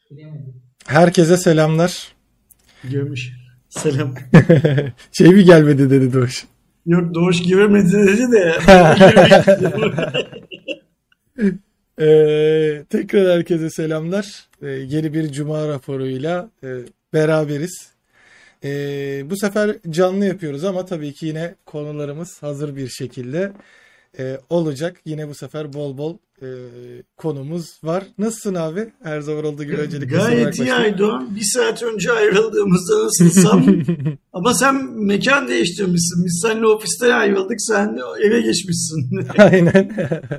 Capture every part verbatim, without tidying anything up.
Herkese selamlar. Görmüş. Selam. Şey mi gelmedi dedi Doğuş. Yok, Doğuş giremedi dedi de. Girmek Ee, tekrar herkese selamlar. Ee, yeni bir Cuma raporuyla e, beraberiz. Ee, bu sefer canlı yapıyoruz ama tabii ki yine konularımız hazır bir şekilde e, olacak. Yine bu sefer bol bol e, konumuz var. Nasılsın abi? Her zaman olduğu gibi öncelikle sorarak Gayet iyi başlayayım. Aydoğan. Bir saat önce ayrıldığımızda nasılsam. Ama sen mekan değiştirmişsin. Biz seninle ofisten ayrıldık. Sen de eve geçmişsin. Aynen.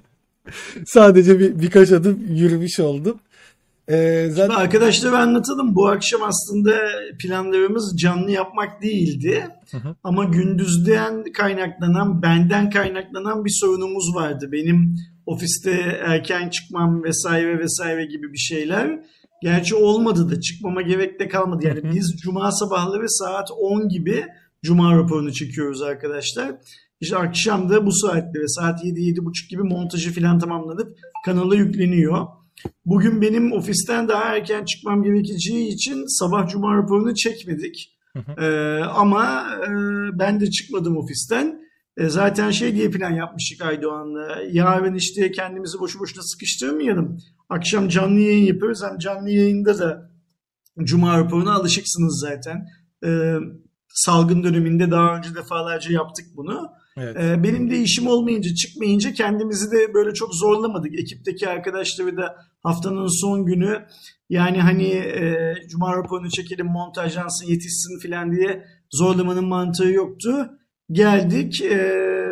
Sadece bir birkaç adım yürümüş oldum. Ee, Şimdi zaten arkadaşlara anlatalım. Bu akşam aslında planlarımız canlı yapmak değildi. Hı hı. Ama gündüzden kaynaklanan, benden kaynaklanan bir sorunumuz vardı. Benim ofiste erken çıkmam vesaire vesaire gibi bir şeyler. Gerçi olmadı da çıkmama gerek de kalmadı. Hı Yani hı. biz cuma sabahları saat on gibi cuma raporunu çekiyoruz arkadaşlar. İşte akşam da bu saatte ve saat yedi yedi buçuk gibi montajı falan tamamlanıp kanala yükleniyor. Bugün benim ofisten daha erken çıkmam gerekeceği için sabah cuma raporunu çekmedik. Hı hı. Ee, ama e, ben de çıkmadım ofisten. E, zaten şey diye plan yapmıştık Aydoğan'la. Yarın işte kendimizi boşu boşuna sıkıştırmayalım. Akşam canlı yayın yapıyoruz. Hem canlı yayında da cuma raporuna alışıksınız zaten. Ee, salgın döneminde daha önce defalarca yaptık bunu. Evet. Ee, benim de işim olmayınca, çıkmayınca kendimizi de böyle çok zorlamadık. Ekipteki arkadaşları da haftanın son günü yani hani e, cuma raporunu çekelim, montajlansın, yetişsin falan diye zorlamanın mantığı yoktu. Geldik, e,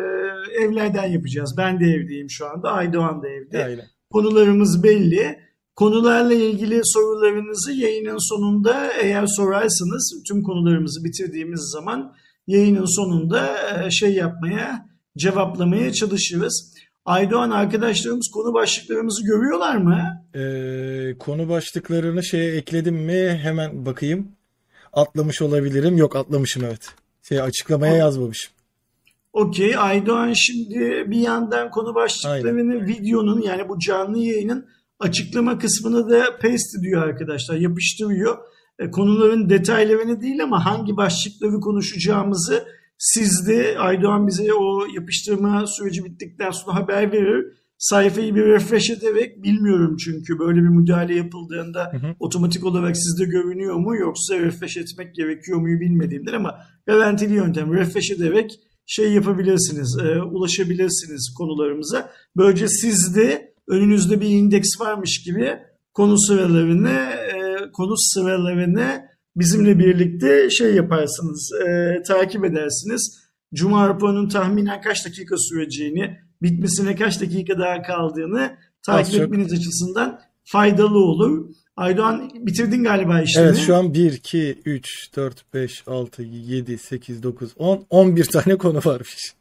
evlerden yapacağız. Ben de evdeyim şu anda, Aydoğan da evde. Aynen. Konularımız belli. Konularla ilgili sorularınızı yayının sonunda eğer sorarsanız tüm konularımızı bitirdiğimiz zaman yayının sonunda e, şey yapmaya, cevaplamaya çalışırız. Aydoğan, arkadaşlarımız konu başlıklarımızı görüyorlar mı? Ee, konu başlıklarını şeye ekledim mi? Hemen bakayım. Atlamış olabilirim. Yok, atlamışım, evet. Şey, açıklamaya O- yazmamışım. Okey, Aydoğan şimdi bir yandan konu Aynen. başlıklarını videonun yani bu canlı yayının açıklama kısmını da paste ediyor arkadaşlar, yapıştırıyor. E, konuların detaylarını değil ama hangi başlıkları konuşacağımızı siz de Aydoğan bize o yapıştırma süreci bittikten sonra haber verir. Sayfayı bir refresh ederek bilmiyorum çünkü böyle bir müdahale yapıldığında Hı hı. otomatik olarak sizde görünüyor mu yoksa refresh etmek gerekiyor muyu bilmediğimdir ama garantili yöntem refresh ederek şey yapabilirsiniz, e, ulaşabilirsiniz konularımıza. Böylece siz de önünüzde bir indeks varmış gibi konu sıralarını, e, konu sıralarını bizimle birlikte şey yaparsınız, e, takip edersiniz. Cuma raporunun tahminen kaç dakika süreceğini, bitmesine kaç dakika daha kaldığını Az takip çok. etmeniz açısından faydalı olur. Aydoğan, bitirdin galiba Evet, şu işlemi. an bir, iki, üç, dört, beş, altı, yedi, sekiz, dokuz, on, on bir tane konu varmış.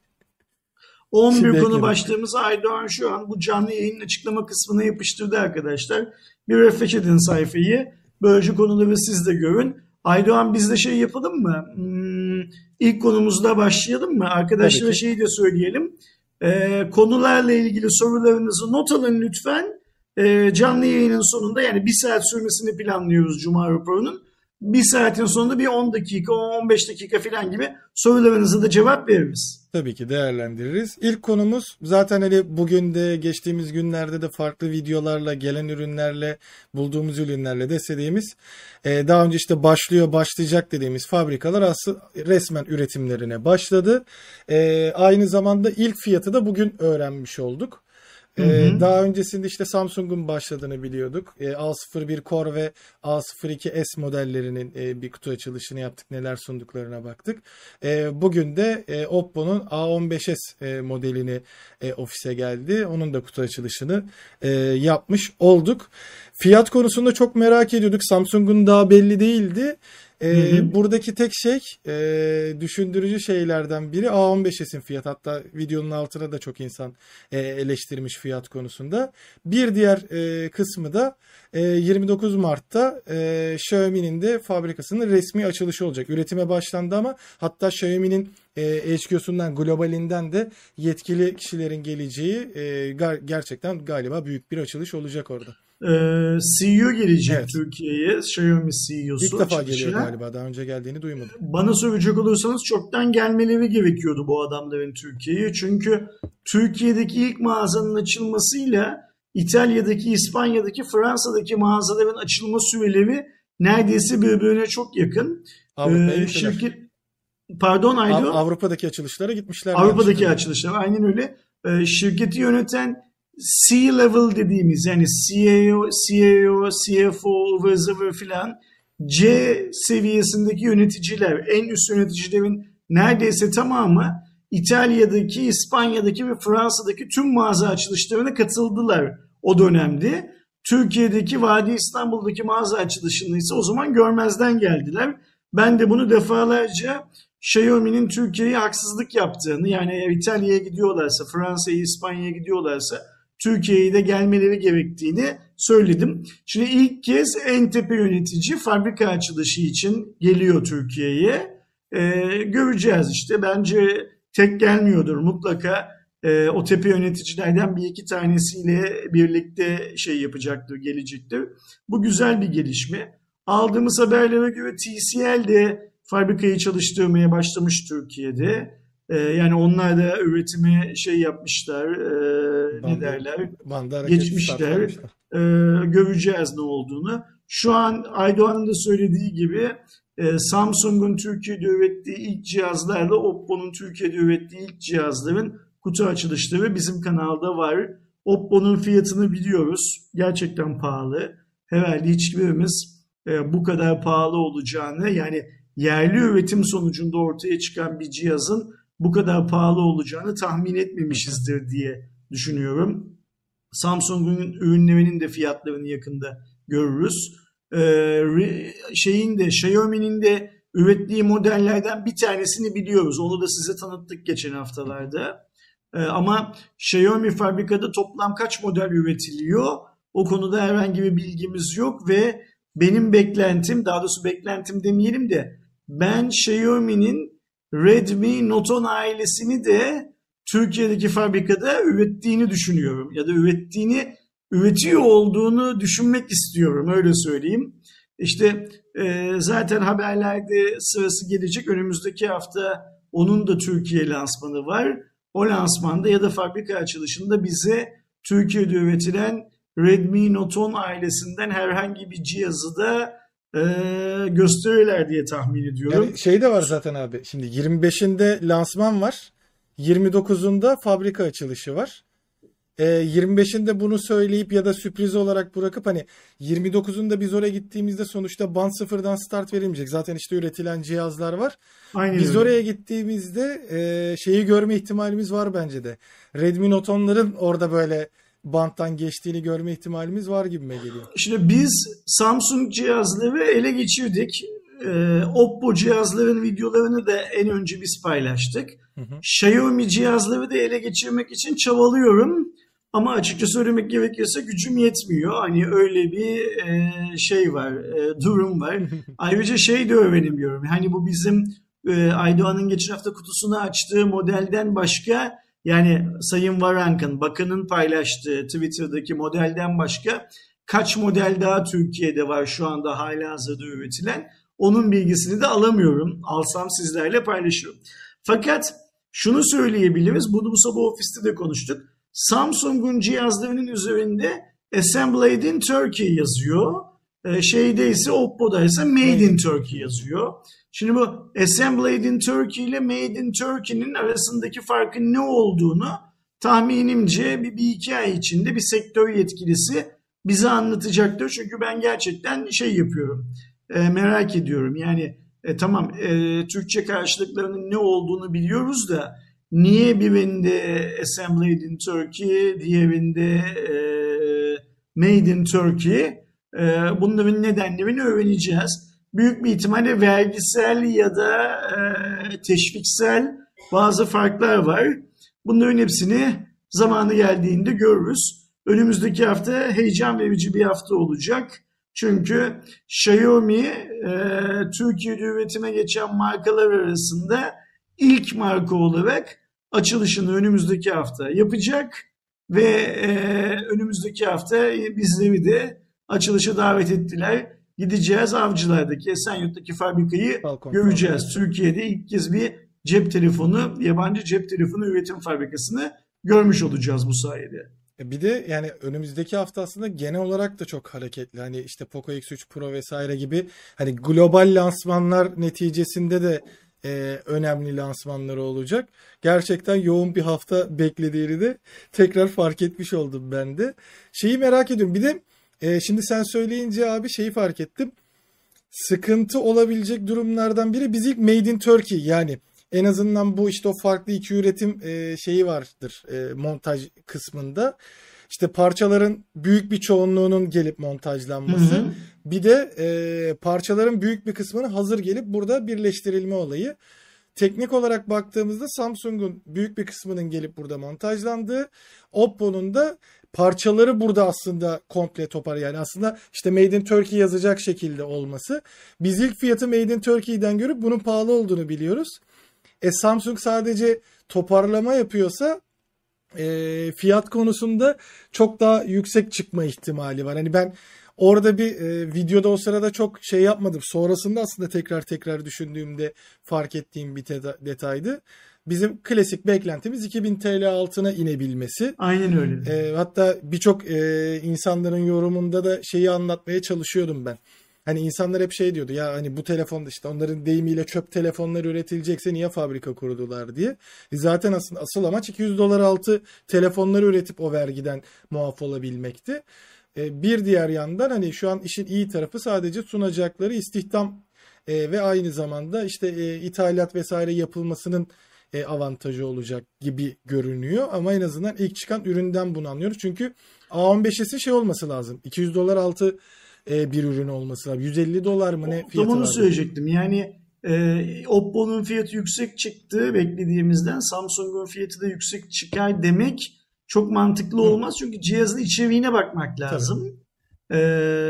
on bir Şimdi konu ekledim. başlığımızı Aydoğan şu an bu canlı yayının açıklama kısmına yapıştırdı arkadaşlar. Bir refresh edin sayfayı. Böylece konuları siz de görün. Aydoğan, biz de şey yapalım mı? Hmm, ilk konumuzda başlayalım mı? Tabii Arkadaşlara ki. şeyi de söyleyelim. Ee, konularla ilgili sorularınızı not alın lütfen. Ee, canlı yayının sonunda yani bir saat sürmesini planlıyoruz Cuma raporunun. Bir saatin sonunda bir on dakika, on beş dakika falan gibi sorularınıza da cevap veririz. Tabii ki değerlendiririz. İlk konumuz zaten hani bugün de geçtiğimiz günlerde de farklı videolarla, gelen ürünlerle, bulduğumuz ürünlerle beslediğimiz e, daha önce işte başlıyor, başlayacak dediğimiz fabrikalar aslında resmen üretimlerine başladı. E, aynı zamanda ilk fiyatı da bugün öğrenmiş olduk. Hı Ee, hı. daha öncesinde işte Samsung'un başladığını biliyorduk. Ee, A sıfır bir Core ve A sıfır iki S modellerinin e, bir kutu açılışını yaptık. Neler sunduklarına baktık. Ee, bugün de e, Oppo'nun A on beş S e, modelini e, ofise geldi. Onun da kutu açılışını e, yapmış olduk. Fiyat konusunda çok merak ediyorduk. Samsung'un daha belli değildi. Hı hı. Ee, buradaki tek şey e, düşündürücü şeylerden biri A on beş S'in fiyat. Hatta videonun altına da çok insan e, eleştirmiş fiyat konusunda. Bir diğer e, kısmı da e, yirmi dokuz Mart'ta e, Xiaomi'nin de fabrikasının resmi açılışı olacak. Üretime başlandı ama hatta Xiaomi'nin e, H Q'sundan, globalinden de yetkili kişilerin geleceği e, gar- gerçekten galiba büyük bir açılış olacak orada. e, C E O gelecek Evet. Türkiye'ye. Xiaomi C E O'su İlk defa açılışa. geliyor galiba. Daha önce geldiğini duymadım. Bana soracak olursanız çoktan gelmeleri gerekiyordu bu adamların Türkiye'ye. Çünkü Türkiye'deki ilk mağazanın açılmasıyla İtalya'daki, İspanya'daki, Fransa'daki mağazaların açılma süreleri neredeyse birbirine çok yakın. Avrupa'ya Ee, gittiler. şirket, pardon Av- Aydo, Avrupa'daki açılışlara gitmişler. Avrupa'daki yanlış açılışlar aynen öyle. Ee, şirketi yöneten C-level dediğimiz yani C E O, C E O, C F O, ıvır zıvır filan C seviyesindeki yöneticiler, en üst yöneticilerin neredeyse tamamı İtalya'daki, İspanya'daki ve Fransa'daki tüm mağaza açılışlarına katıldılar o dönemde. Türkiye'deki Vadi İstanbul'daki mağaza açılışını ise o zaman görmezden geldiler. Ben de bunu defalarca Xiaomi'nin Türkiye'ye haksızlık yaptığını, yani eğer İtalya'ya gidiyorlarsa, Fransa'ya, İspanya'ya gidiyorlarsa Türkiye'ye de gelmeleri gerektiğini söyledim. Şimdi ilk kez en tepe yönetici fabrika açılışı için geliyor Türkiye'ye. Ee, göreceğiz işte. Bence tek gelmiyordur mutlaka. Ee, o tepe yöneticilerden bir iki tanesiyle birlikte şey yapacaktır, gelecektir. Bu güzel bir gelişme. Aldığımız haberlere göre T C L de fabrikayı çalıştırmaya başlamış Türkiye'de. Ee, yani onlar da üretime şey yapmışlar, e, ne derler, Bandı hareketi geçmişler. startlamışlar. Ee, göreceğiz ne olduğunu. Şu an Aydoğan'ın da söylediği gibi e, Samsung'un Türkiye'de ürettiği ilk cihazlarla Oppo'nun Türkiye'de ürettiği ilk cihazların kutu açılışları bizim kanalda var. Oppo'nun fiyatını biliyoruz. Gerçekten pahalı. Herhalde hiçbirimiz e, bu kadar pahalı olacağını, yani yerli üretim sonucunda ortaya çıkan bir cihazın bu kadar pahalı olacağını tahmin etmemişizdir diye düşünüyorum. Samsung'un ürünlerinin de fiyatlarını yakında görürüz. Ee, şeyin de Xiaomi'nin de ürettiği modellerden bir tanesini biliyoruz. Onu da size tanıttık geçen haftalarda. Ee, ama Xiaomi fabrikada toplam kaç model üretiliyor? O konuda herhangi bir bilgimiz yok ve benim beklentim, daha doğrusu beklentim demeyelim de, ben Xiaomi'nin Redmi Note on ailesini de Türkiye'deki fabrikada ürettiğini düşünüyorum. Ya da ürettiğini, üretiyor olduğunu düşünmek istiyorum. Öyle söyleyeyim. İşte e, zaten haberlerde sırası gelecek. Önümüzdeki hafta onun da Türkiye lansmanı var. O lansmanda ya da fabrika açılışında bize Türkiye'de üretilen Redmi Note on ailesinden herhangi bir cihazı da e, gösterirler diye tahmin ediyorum. Yani şey de var zaten abi. Şimdi yirmi beşinde lansman var. yirmi dokuzunda fabrika açılışı var. E, yirmi beşinde bunu söyleyip ya da sürpriz olarak bırakıp hani yirmi dokuzunda biz oraya gittiğimizde sonuçta band sıfırdan start verilmeyecek. Zaten işte üretilen cihazlar var. Aynen Biz öyle. oraya gittiğimizde e, şeyi görme ihtimalimiz var bence de. Redmi Note onların orada böyle banttan geçtiğini görme ihtimalimiz var gibime geliyor. Şimdi biz Samsung cihazları ele geçirdik. Ee, Oppo cihazların videolarını da en önce biz paylaştık. Hı hı. Xiaomi cihazları da ele geçirmek için çabalıyorum. Ama açıkça söylemek gerekirse gücüm yetmiyor. Hani öyle bir e, şey var, e, durum var. Ayrıca şey de öğrenemiyorum. Hani bu bizim e, Aydoğan'ın geçen hafta kutusunu açtığı modelden başka, yani Sayın Varank'ın, bakanın paylaştığı Twitter'daki modelden başka kaç model daha Türkiye'de var şu anda halihazırda üretilen, onun bilgisini de alamıyorum. Alsam sizlerle paylaşıyorum. Fakat şunu söyleyebiliriz. Bunu bu sabah ofiste de konuştuk. Samsung'un cihazlarının üzerinde Assembled in Turkey yazıyor. Ee, şeyde ise Oppo'da ise Made in Turkey yazıyor. Şimdi bu Assembled in Turkey ile Made in Turkey'nin arasındaki farkın ne olduğunu tahminimce bir, bir iki ay içinde bir sektör yetkilisi bize anlatacaktır. Çünkü ben gerçekten şey yapıyorum, e, merak ediyorum. Yani e, tamam e, Türkçe karşılıklarının ne olduğunu biliyoruz da niye birinde Assembled in Turkey, diğerinde e, Made in Turkey, e, bunların nedenlerini öğreneceğiz. Büyük bir ihtimalle vergisel ya da e, teşviksel bazı farklar var. Bunların hepsini zamanı geldiğinde görürüz. Önümüzdeki hafta heyecan verici bir hafta olacak. Çünkü Xiaomi e, Türkiye'de üretime geçen markalar arasında ilk marka olarak açılışını önümüzdeki hafta yapacak. ve e, önümüzdeki hafta bizleri de açılışa davet ettiler. Gideceğiz Avcılar'daki, Esenyurt'taki fabrikayı Falcon göreceğiz. fabrikası. Türkiye'de ilk kez bir cep telefonu, yabancı cep telefonu üretim fabrikasını görmüş olacağız bu sayede. E Bir de yani önümüzdeki hafta aslında genel olarak da çok hareketli. Hani işte Poco X üç Pro vesaire gibi hani global lansmanlar neticesinde de e, önemli lansmanları olacak. Gerçekten yoğun bir hafta beklediğini de tekrar fark etmiş oldum ben de. Şeyi merak ediyorum. Bir de e, şimdi sen söyleyince abi şeyi fark ettim. Sıkıntı olabilecek durumlardan biri biz ilk Made in Turkey, yani en azından bu işte o farklı iki üretim e, şeyi vardır e, montaj kısmında. İşte parçaların büyük bir çoğunluğunun gelip Hı montajlanması. hı. Bir de e, parçaların büyük bir kısmının hazır gelip burada birleştirilme olayı. Teknik olarak baktığımızda Samsung'un büyük bir kısmının gelip burada montajlandığı, Oppo'nun da parçaları burada aslında komple topar, yani aslında işte Made in Turkey yazacak şekilde olması. Biz ilk fiyatı Made in Turkey'den görüp bunun pahalı olduğunu biliyoruz. E Samsung sadece toparlama yapıyorsa e, fiyat konusunda çok daha yüksek çıkma ihtimali var. Hani ben orada bir e, videoda o sırada çok şey yapmadım. Sonrasında aslında tekrar tekrar düşündüğümde fark ettiğim bir te- detaydı. Bizim klasik beklentimiz iki bin T L altına inebilmesi. Aynen öyle. E, hatta birçok e, insanların yorumunda da şeyi anlatmaya çalışıyordum ben. Hani insanlar hep şey diyordu ya, hani bu telefonda işte onların deyimiyle çöp telefonlar üretilecekse niye fabrika kurdular diye. E zaten aslında asıl amaç iki yüz dolar altı telefonları üretip o vergiden muaf olabilmekti. E, bir diğer yandan hani şu an işin iyi tarafı sadece sunacakları istihdam e, ve aynı zamanda işte e, ithalat vesaire yapılmasının e, avantajı olacak gibi görünüyor. Ama en azından ilk çıkan üründen bunu anlıyoruz. Çünkü A on beş S'in şey olması lazım. iki yüz dolar altı e, bir ürün olması lazım. yüz elli dolar mı ne Tam fiyatı onu vardı? söyleyecektim. Yani e, Oppo'nun fiyatı yüksek çıktı beklediğimizden. Samsung'un fiyatı da yüksek çıkar demek çok mantıklı Hı, olmaz. Çünkü cihazın içeriğine bakmak tabii. lazım. E,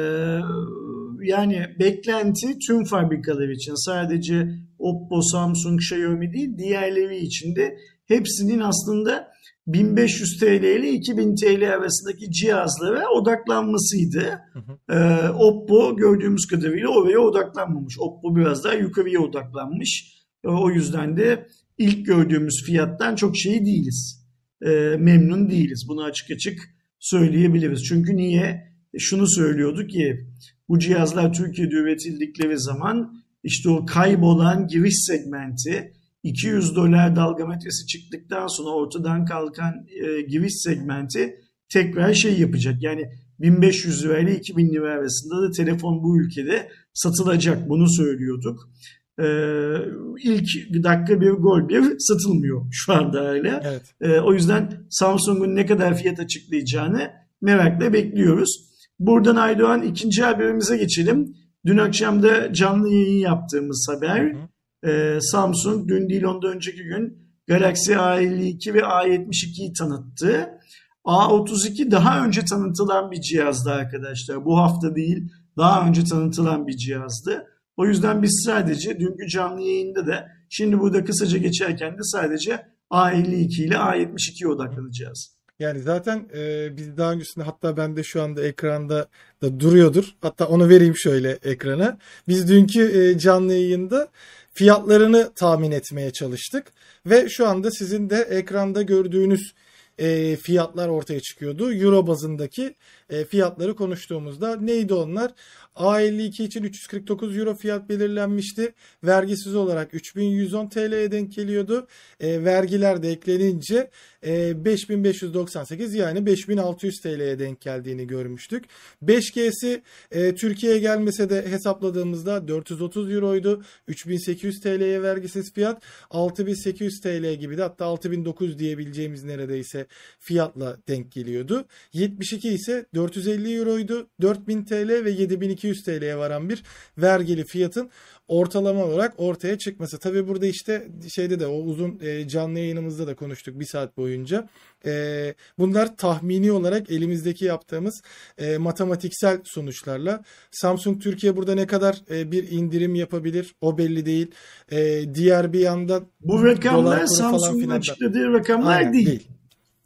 yani beklenti tüm fabrikalar için, sadece Oppo, Samsung, Xiaomi değil, diğerleri için de hepsinin aslında bin beş yüz T L ile iki bin T L arasındaki cihazlara odaklanmasıydı. Hı hı. Ee, Oppo gördüğümüz kadarıyla oraya odaklanmamış. Oppo biraz daha yukarıya odaklanmış. Ee, o yüzden de ilk gördüğümüz fiyattan çok şey değiliz. Ee, memnun değiliz. Bunu açık açık söyleyebiliriz. Çünkü niye? E, Şunu söylüyorduk ki bu cihazlar Türkiye'de üretildikleri zaman işte o kaybolan giriş segmenti, iki yüz dolar dalgametresi çıktıktan sonra ortadan kalkan e, giriş segmenti tekrar şey yapacak. Yani bin beş yüz lira ile iki bin lira arasında da telefon bu ülkede satılacak. Bunu söylüyorduk. Ee, ilk bir dakika bir gol bir satılmıyor şu anda hala. Evet. Ee, o yüzden Samsung'un ne kadar fiyat açıklayacağını merakla bekliyoruz. Buradan Aydoğan ikinci haberimize geçelim. Dün akşam da canlı yayın yaptığımız haber. Hı hı. Ee, Samsung dün değil ondan önceki gün Galaxy A elli iki ve A yetmiş ikiyi tanıttı. A otuz iki daha önce tanıtılan bir cihazdı arkadaşlar. Bu hafta değil, daha önce tanıtılan bir cihazdı. O yüzden biz sadece dünkü canlı yayında da, şimdi burada kısaca geçerken de sadece A elli iki ile A yetmiş ikiye odaklanacağız. Yani zaten e, biz daha öncesinde, hatta ben de şu anda ekranda da duruyordur. Hatta onu vereyim şöyle ekrana. Biz dünkü e, canlı yayında fiyatlarını tahmin etmeye çalıştık. Ve şu anda sizin de ekranda gördüğünüz e, fiyatlar ortaya çıkıyordu. Euro bazındaki e, fiyatları konuştuğumuzda neydi onlar? A elli iki için üç yüz kırk dokuz euro fiyat belirlenmişti. Vergisiz olarak üç bin yüz on T L'ye denk geliyordu. E, vergiler de eklenince e, beş bin beş yüz doksan sekiz, yani beş bin altı yüz T L'ye denk geldiğini görmüştük. beş G'si e, Türkiye'ye gelmese de hesapladığımızda dört yüz otuz euroydu. üç bin sekiz yüz T L'ye vergisiz fiyat. altı bin sekiz yüz T L gibi de, hatta altı bin dokuz yüz diyebileceğimiz neredeyse fiyatla denk geliyordu. yetmiş iki ise dört yüz elli euroydu. dört bin T L ve yedi bin iki yüz T L'ye varan bir vergili fiyatın ortalama olarak ortaya çıkması. Tabii burada işte şeyde de, o uzun e, canlı yayınımızda da konuştuk bir saat boyunca. E, bunlar tahmini olarak elimizdeki yaptığımız e, matematiksel sonuçlarla. Samsung Türkiye burada ne kadar e, bir indirim yapabilir o belli değil. E, diğer bir yandan Bu rakamlar dolar kuru falan Samsung'un filan da açıkladığı rakamlar aynen değil. değil.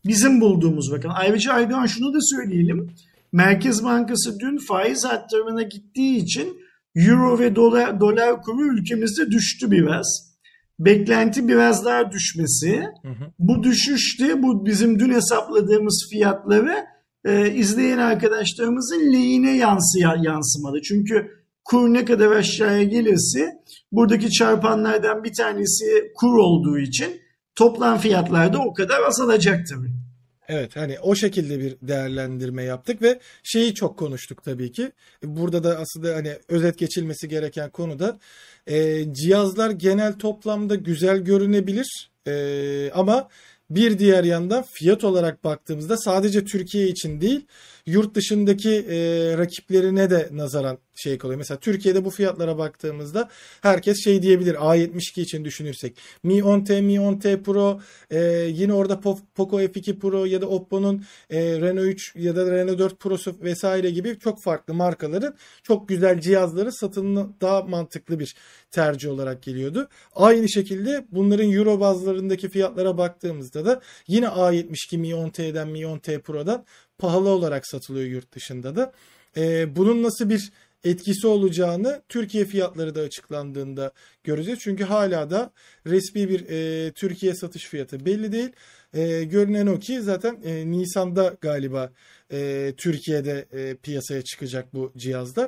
bizim bulduğumuz rakam. Ayrıca Aydoğan şunu da söyleyelim. Merkez Bankası dün faiz arttırımına gittiği için euro ve dolar, dolar kuru ülkemizde düştü biraz. Beklenti biraz daha düşmesi. Hı hı. Bu düşüşte bu bizim dün hesapladığımız fiyatları e, izleyen arkadaşlarımızın lehine yansıya, yansımalı. Çünkü kur ne kadar aşağıya gelirse buradaki çarpanlardan bir tanesi kur olduğu için toplam fiyatlar da o kadar azalacak tabii. Evet, hani o şekilde bir değerlendirme yaptık ve şeyi çok konuştuk tabii ki. Burada da aslında hani özet geçilmesi gereken konu da e, cihazlar genel toplamda güzel görünebilir e, ama bir diğer yandan fiyat olarak baktığımızda sadece Türkiye için değil, yurt dışındaki e, rakiplerine de nazaran şey kalıyor. Mesela Türkiye'de bu fiyatlara baktığımızda herkes şey diyebilir, A yetmiş iki için düşünürsek. Mi on T, Mi on T Pro, e, yine orada Poco F iki Pro ya da Oppo'nun e, Reno üç ya da Reno dört Pro'su vesaire gibi çok farklı markaların çok güzel cihazları satın daha mantıklı bir tercih olarak geliyordu. Aynı şekilde bunların euro bazlarındaki fiyatlara baktığımızda da yine A yetmiş iki, Mi on T'den, Mi on T Pro'dan pahalı olarak satılıyor yurt dışında da. Ee, bunun nasıl bir etkisi olacağını Türkiye fiyatları da açıklandığında göreceğiz. Çünkü hala da resmi bir e, Türkiye satış fiyatı belli değil. E, görünen o ki zaten e, Nisan'da galiba e, Türkiye'de e, piyasaya çıkacak bu cihazlar.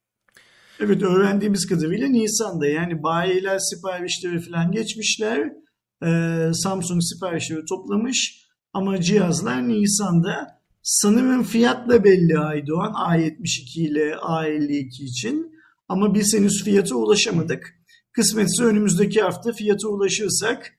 Evet, öğrendiğimiz kadarıyla Nisan'da, yani bayiler siparişleri falan geçmişler. Ee, Samsung siparişleri toplamış ama cihazlar Nisan'da. Sanırım fiyatla belli Aydoğan, A yetmiş iki ile A elli iki için, ama biz henüz fiyata ulaşamadık. Kısmetse önümüzdeki hafta fiyata ulaşırsak,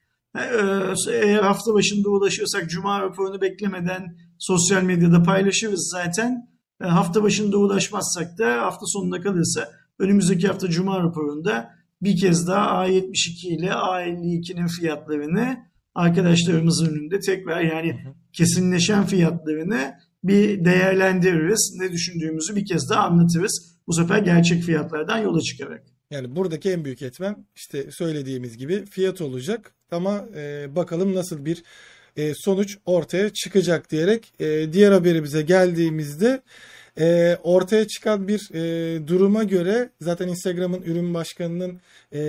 eğer hafta başında ulaşırsak Cuma raporunu beklemeden sosyal medyada paylaşırız zaten. Hafta başında ulaşmazsak da hafta sonuna kalırsa önümüzdeki hafta Cuma raporunda bir kez daha A yetmiş iki ile A elli ikinin fiyatlarını arkadaşlarımızın önünde tekrar, yani kesinleşen fiyatlarını bir değerlendiririz. Ne düşündüğümüzü bir kez daha anlatırız. Bu sefer gerçek fiyatlardan yola çıkarak. Yani buradaki en büyük etmen işte söylediğimiz gibi fiyat olacak ama e, bakalım nasıl bir e, sonuç ortaya çıkacak diyerek e, diğer haberimize geldiğimizde e, ortaya çıkan bir e, duruma göre zaten Instagram'ın ürün başkanının e,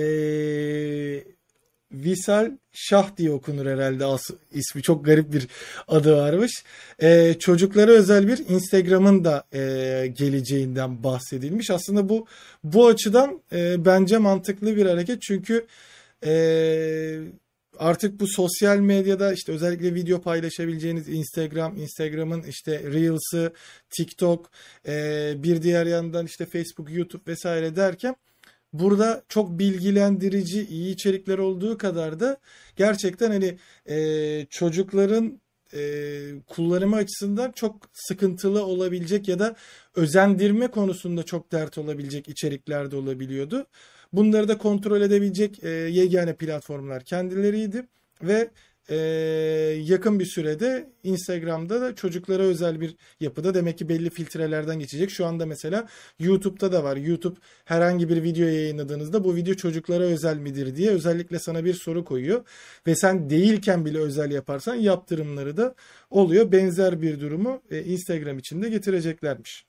Visal Şah diye okunur herhalde, ismi çok garip bir adı varmış. Ee, çocuklara özel bir Instagram'ın da e, geleceğinden bahsedilmiş. Aslında bu bu açıdan e, bence mantıklı bir hareket. Çünkü e, artık bu sosyal medyada işte özellikle video paylaşabileceğiniz Instagram, Instagram'ın işte Reels'ı, TikTok, e, bir diğer yandan işte Facebook, YouTube vesaire derken burada çok bilgilendirici, iyi içerikler olduğu kadar da gerçekten hani e, çocukların e, kullanımı açısından çok sıkıntılı olabilecek ya da özendirme konusunda çok dert olabilecek içerikler de olabiliyordu. Bunları da kontrol edebilecek e, yegane platformlar kendileriydi ve e, yakın bir sürede Instagram'da da çocuklara özel bir yapıda demek ki belli filtrelerden geçecek. Şu anda mesela YouTube'da da var. YouTube herhangi bir video yayınladığınızda bu video çocuklara özel midir diye özellikle sana bir soru koyuyor ve sen değilken bile özel yaparsan yaptırımları da oluyor. Benzer bir durumu e, Instagram için de getireceklermiş.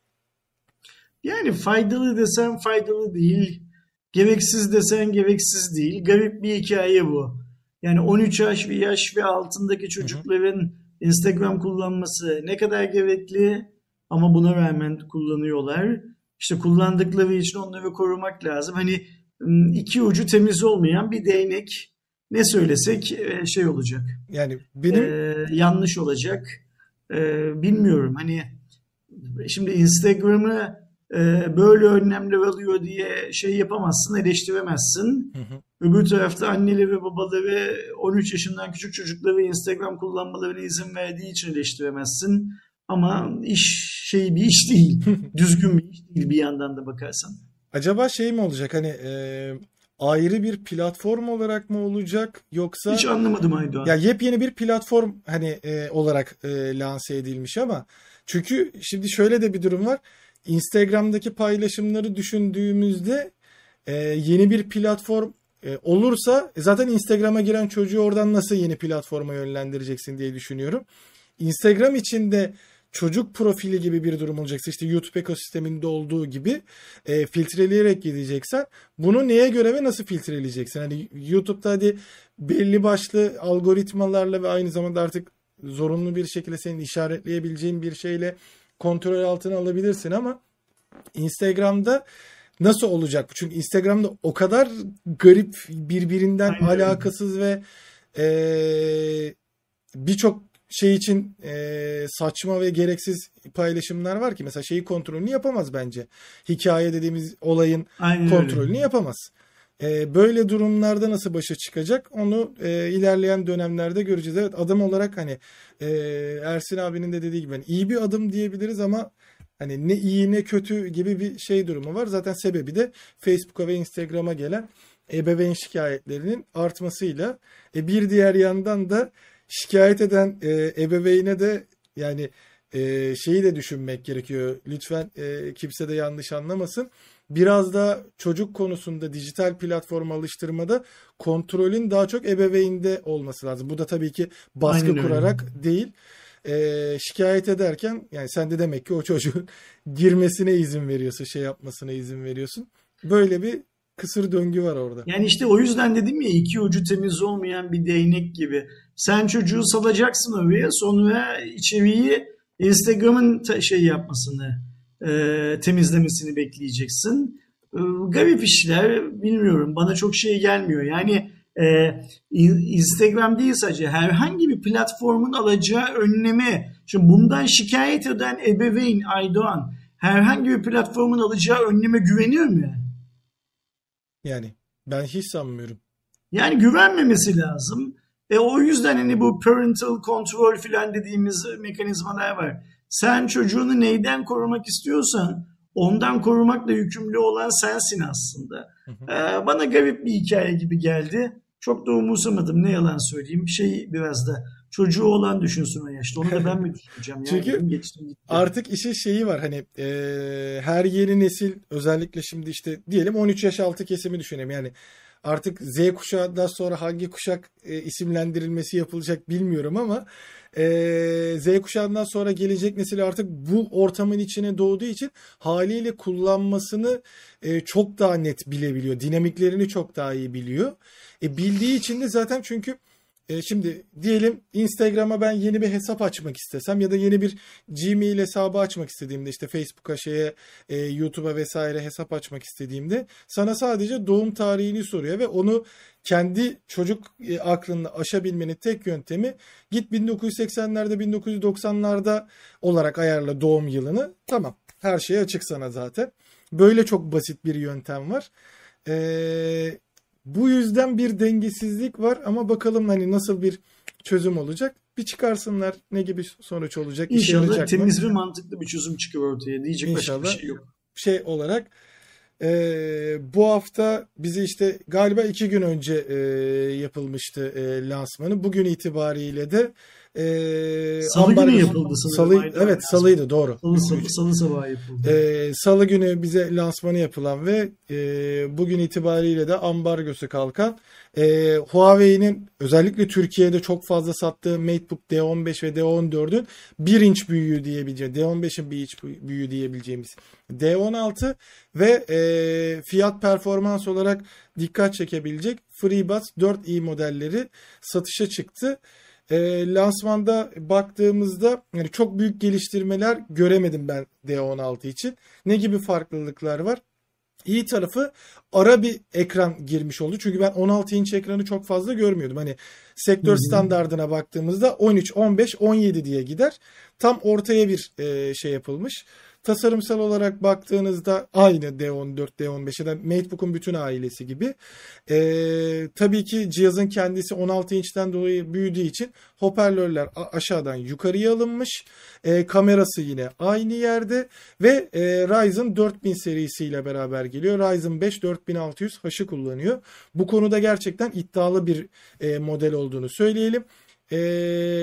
Yani faydalı desen faydalı değil, gereksiz desen gereksiz değil. Garip bir hikaye bu. Yani on üç yaş ve yaş ve altındaki çocukların hı hı. Instagram kullanması ne kadar gerekli, ama buna rağmen kullanıyorlar. İşte kullandıkları için onları korumak lazım. Hani iki ucu temiz olmayan bir değnek. Ne söylesek şey olacak. Yani benim ee, yanlış olacak. Ee, bilmiyorum. Hani şimdi Instagram'ı böyle önlemler alıyor diye şey yapamazsın, eleştiremezsin. Hı hı. Öbür tarafta anneleri ve babaları on üç yaşından küçük çocukları Instagram kullanmalarına izin verdiği için eleştiremezsin. Ama iş şey bir iş değil. Düzgün bir iş değil bir yandan da bakarsan. Acaba şey mi olacak, hani e, ayrı bir platform olarak mı olacak yoksa? Hiç anlamadım Aydoğan. Ya yepyeni bir platform hani e, olarak e, lanse edilmiş ama çünkü şimdi şöyle de bir durum var. Instagram'daki paylaşımları düşündüğümüzde e, yeni bir platform e, olursa zaten Instagram'a giren çocuğu oradan nasıl yeni platforma yönlendireceksin diye düşünüyorum. Instagram için de çocuk profili gibi bir durum olacaksa, işte YouTube ekosisteminde olduğu gibi e, filtreleyerek gideceksen, bunu neye göre ve nasıl filtreleyeceksin? Hani YouTube'da hadi belli başlı algoritmalarla ve aynı zamanda artık zorunlu bir şekilde senin işaretleyebileceğin bir şeyle kontrol altına alabilirsin ama Instagram'da nasıl olacak? Çünkü Instagram'da o kadar garip, birbirinden Aynen öyle. alakasız ve e, birçok şey için e, saçma ve gereksiz paylaşımlar var ki, mesela şeyi kontrolünü yapamaz bence. Hikaye dediğimiz olayın Aynen öyle. kontrolünü yapamaz. E, böyle durumlarda nasıl başa çıkacak onu e, ilerleyen dönemlerde göreceğiz. Evet, adım olarak hani e, Ersin abinin de dediği gibi hani iyi bir adım diyebiliriz ama hani ne iyi ne kötü gibi bir şey durumu var. Zaten sebebi de Facebook'a ve Instagram'a gelen ebeveyn şikayetlerinin artmasıyla. E, bir diğer yandan da şikayet eden e, ebeveyne de yani e, şeyi de düşünmek gerekiyor. Lütfen e, kimse de yanlış anlamasın. Biraz da çocuk konusunda dijital platforma alıştırmada kontrolün daha çok ebeveynde olması lazım. Bu da tabii ki baskı Aynen öyle. kurarak değil. E, şikayet ederken yani sen de demek ki o çocuğun girmesine izin veriyorsun, şey yapmasına izin veriyorsun. Böyle bir kısır döngü var orada. Yani işte o yüzden dedim ya, iki ucu temiz olmayan bir değnek gibi. Sen çocuğu salacaksın oraya, sonra içeriği Instagram'ın ta- şey yapmasını, e, temizlemesini bekleyeceksin. E, garip işler, bilmiyorum. Bana çok şey gelmiyor. Yani e, in- Instagram değil, sadece herhangi bir platformun alacağı önleme. Şimdi bundan şikayet eden ebeveyn Aydoğan herhangi bir platformun alacağı önleme güveniyor mu? Yani ben hiç sanmıyorum. Yani güvenmemesi lazım. E o yüzden hani bu parental control filan dediğimiz mekanizmalar var. Sen çocuğunu neyden korumak istiyorsan ondan korumakla yükümlü olan sensin aslında. Hı hı. E, bana garip bir hikaye gibi geldi. Çok da umursamadım, ne yalan söyleyeyim. Şey, biraz da çocuğu olan düşünsün o yaşta. Onu da ben mi düşüneceğim ya, Çünkü dedim geçtim gitti. artık işin şeyi var hani e, her yeni nesil, özellikle şimdi işte diyelim on üç yaş altı kesimi düşünelim. Yani artık Z kuşağından sonra hangi kuşak e, isimlendirilmesi yapılacak bilmiyorum ama e, Z kuşağından sonra gelecek nesil artık bu ortamın içine doğduğu için haliyle kullanmasını e, çok daha net bilebiliyor. Dinamiklerini çok daha iyi biliyor. E, bildiği için de zaten, çünkü e, şimdi diyelim Instagram'a ben yeni bir hesap açmak istesem ya da yeni bir Gmail hesabı açmak istediğimde, işte Facebook'a, şeye, e, YouTube'a vesaire hesap açmak istediğimde sana sadece doğum tarihini soruyor ve onu kendi çocuk e, aklını aşabilmenin tek yöntemi git bin dokuz yüz seksenlerde bin dokuz yüz doksanlarda olarak ayarla doğum yılını. Tamam. Her şey açık sana zaten. Böyle çok basit bir yöntem var. Eee bu yüzden bir dengesizlik var ama bakalım hani nasıl bir çözüm olacak. Bir çıkarsınlar, ne gibi sonuç olacak, işe İnşallah yarayacak mı? temiz ve mantıklı bir çözüm çıkar ortaya. Diyecek başka bir İnşallah. şey yok. Şey olarak e, bu hafta bizi işte galiba iki gün önce e, yapılmıştı e, lansmanı. Bugün itibariyle de e, Salı günü ambargo yapıldı sanırım. salı, Aynen evet lazım. salıydı, doğru. Salı, salı, salı sabahı yapıldı. Ee, Salı günü bize lansmanı yapılan ve e, bugün itibariyle de ambargosu kalkan e, Huawei'nin özellikle Türkiye'de çok fazla sattığı MateBook D on beş ve D on dördün bir inç büyüğü diyebileceğimiz, D on beşin bir inç büyüğü diyebileceğimiz D on altı ve e, fiyat performans olarak dikkat çekebilecek FreeBuds dört i modelleri satışa çıktı. E, lansmanda baktığımızda yani çok büyük geliştirmeler göremedim ben D on altı için. Ne gibi farklılıklar var? İyi tarafı, ara bir ekran girmiş oldu. Çünkü ben on altı inç ekranı çok fazla görmüyordum. Hani sektör Hı hı. standardına baktığımızda on üç, on beş, on yedi diye gider. Tam ortaya bir e, şey yapılmış. Tasarımsal olarak baktığınızda aynı D on dört, D on beş ya da MateBook'un bütün ailesi gibi. Ee, tabii ki cihazın kendisi on altı inçten dolayı büyüdüğü için hoparlörler a- aşağıdan yukarıya alınmış. Ee, kamerası yine aynı yerde ve e, Ryzen dört bin serisiyle beraber geliyor. Ryzen beş dört bin altı yüz H'ı kullanıyor. Bu konuda gerçekten iddialı bir e, model olduğunu söyleyelim. Ee,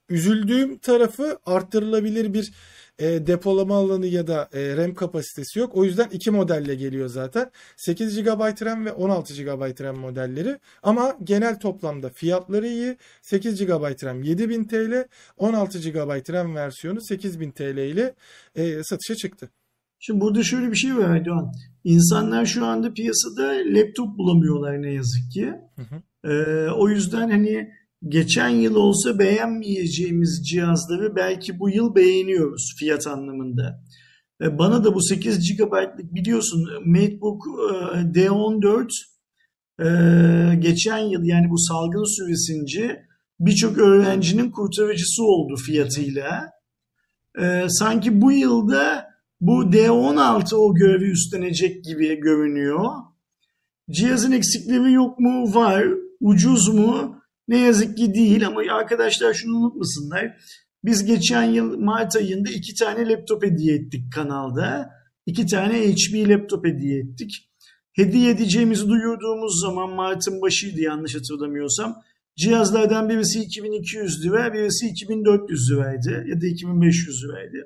Üzüldüğüm tarafı arttırılabilir bir e, depolama alanı ya da e, RAM kapasitesi yok. O yüzden iki modelle geliyor zaten. sekiz gigabayt RAM ve on altı gigabayt RAM modelleri. Ama genel toplamda fiyatları iyi. sekiz gigabayt RAM yedi bin T L, on altı gigabayt RAM versiyonu sekiz bin T L ile e, satışa çıktı. Şimdi burada şöyle bir şey var Erdoğan. İnsanlar şu anda piyasada laptop bulamıyorlar ne yazık ki. Hı hı. Ee, o yüzden hani geçen yıl olsa beğenmeyeceğimiz cihazları belki bu yıl beğeniyoruz fiyat anlamında. Ee, bana da bu sekiz gigabaytlık biliyorsun MacBook e, D on dört e, geçen yıl yani bu salgın süresince birçok öğrencinin kurtarıcısı oldu fiyatıyla. Ee, sanki bu yılda bu D on altı o görevi üstlenecek gibi görünüyor. Cihazın eksikleri yok mu? Var. Ucuz mu? Ne yazık ki değil ama arkadaşlar şunu unutmasınlar. Biz geçen yıl Mart ayında iki tane laptop hediye ettik kanalda. İki tane H P laptop hediye ettik. Hediye edeceğimizi duyurduğumuz zaman Mart'ın başıydı yanlış hatırlamıyorsam. Cihazlardan birisi iki bin iki yüz lira, birisi iki bin dört yüz liraydı ya da iki bin beş yüz liraydı.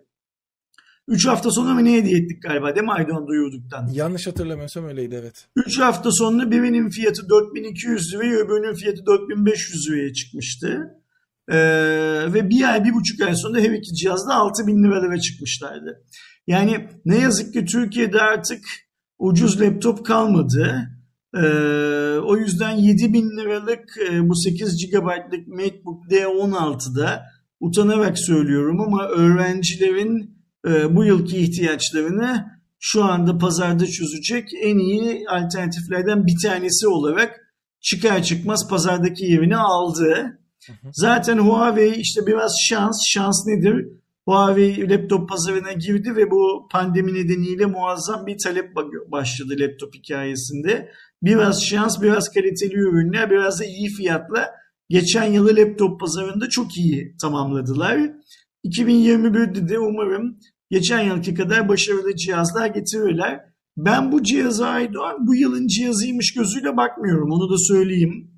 üç hafta sonra mı ne hediye ettik galiba değil mi Aydoğan duyurduktan? Yanlış hatırlamıyorsam öyleydi, evet. üç hafta sonra birinin fiyatı dört bin iki yüz liraya öbürünün fiyatı dört bin beş yüz liraya çıkmıştı. Ee, ve bir ay bir buçuk ay sonra her iki cihaz da altı bin liralara çıkmışlardı. Yani ne yazık ki Türkiye'de artık ucuz laptop kalmadı. Ee, o yüzden yedi bin liralık e, bu sekiz gigabaytlık MacBook D on altıda utanarak söylüyorum ama öğrencilerin e, bu yılki ihtiyaçlarını şu anda pazarda çözecek en iyi alternatiflerden bir tanesi olarak çıkar çıkmaz pazardaki yerini aldı. Zaten Huawei işte biraz şans, şans nedir? Huawei laptop pazarına girdi ve bu pandemi nedeniyle muazzam bir talep başladı laptop hikayesinde. Biraz şans, biraz kaliteli ürünler, biraz da iyi fiyatla geçen yılı laptop pazarında çok iyi tamamladılar. iki bin yirmi birde de umarım geçen yılki kadar başarılı cihazlar getirirler. Ben bu cihaza Aydoğan bu yılın cihazıymış gözüyle bakmıyorum, onu da söyleyeyim.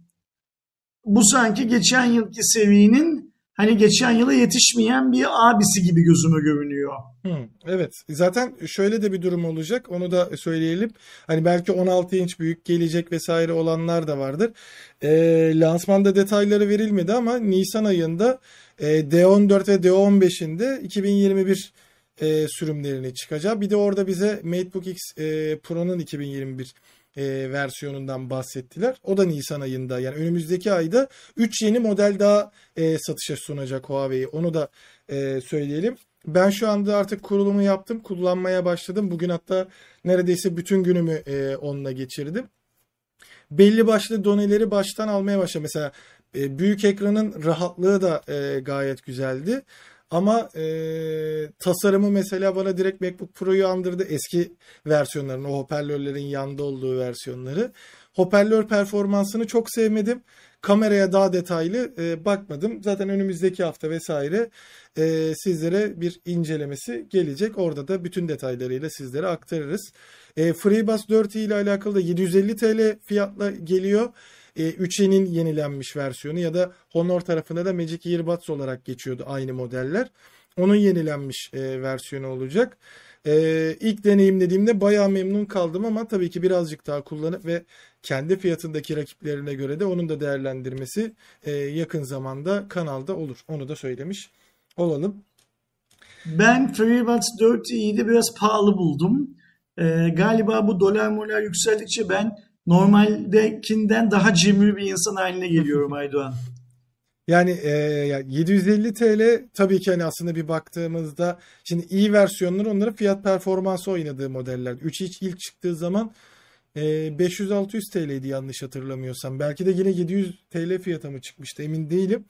Bu sanki geçen yılki seviyenin hani geçen yıla yetişmeyen bir abisi gibi gözüme görünüyor. Hmm, evet. Zaten şöyle de bir durum olacak. Onu da söyleyelim. Hani belki on altı inç büyük gelecek vesaire olanlar da vardır. E, lansmanda detayları verilmedi ama Nisan ayında e, D on dört ve D on beşin de iki bin yirmi bir e, sürümlerini çıkacağı. Bir de orada bize MacBook X e, Pro'nun iki bin yirmi bir e, versiyonundan bahsettiler. O da Nisan ayında, yani önümüzdeki ayda üç yeni model daha e, satışa sunacak Huawei. Onu da e, söyleyelim. Ben şu anda artık kurulumu yaptım. Kullanmaya başladım. Bugün hatta neredeyse bütün günümü e, onunla geçirdim. Belli başlı doneleri baştan almaya başladım. Mesela e, büyük ekranın rahatlığı da e, gayet güzeldi. Ama e, tasarımı mesela bana direkt MacBook Pro'yu andırdı. Eski versiyonların, o hoparlörlerin yanda olduğu versiyonları. Hoparlör performansını çok sevmedim. Kameraya daha detaylı e, bakmadım. Zaten önümüzdeki hafta vesaire e, sizlere bir incelemesi gelecek. Orada da bütün detaylarıyla sizlere aktarırız. E, FreeBuds dört i ile alakalı da yedi yüz elli TL fiyatla geliyor. E, üç i'nin yenilenmiş versiyonu ya da Honor tarafında da Magic Earbuds olarak geçiyordu aynı modeller. Onun yenilenmiş e, versiyonu olacak. E, ilk deneyimlediğimde bayağı memnun kaldım ama tabii ki birazcık daha kullanıp ve kendi fiyatındaki rakiplerine göre de onun da değerlendirmesi e, yakın zamanda kanalda olur. Onu da söylemiş olalım. Ben FreeBuds dört i'yi de biraz pahalı buldum. Ee, galiba bu dolar molar yükseldikçe ben normaldekinden daha cimri bir insan haline geliyorum Aydoğan. Yani e, yedi yüz elli TL tabii ki hani aslında bir baktığımızda şimdi iyi versiyonları onların fiyat performansı oynadığı modeller. üç i ilk çıktığı zaman e, beş yüz altı yüz TL'ydi yanlış hatırlamıyorsam. Belki de yine yedi yüz TL fiyata mı çıkmıştı, emin değilim.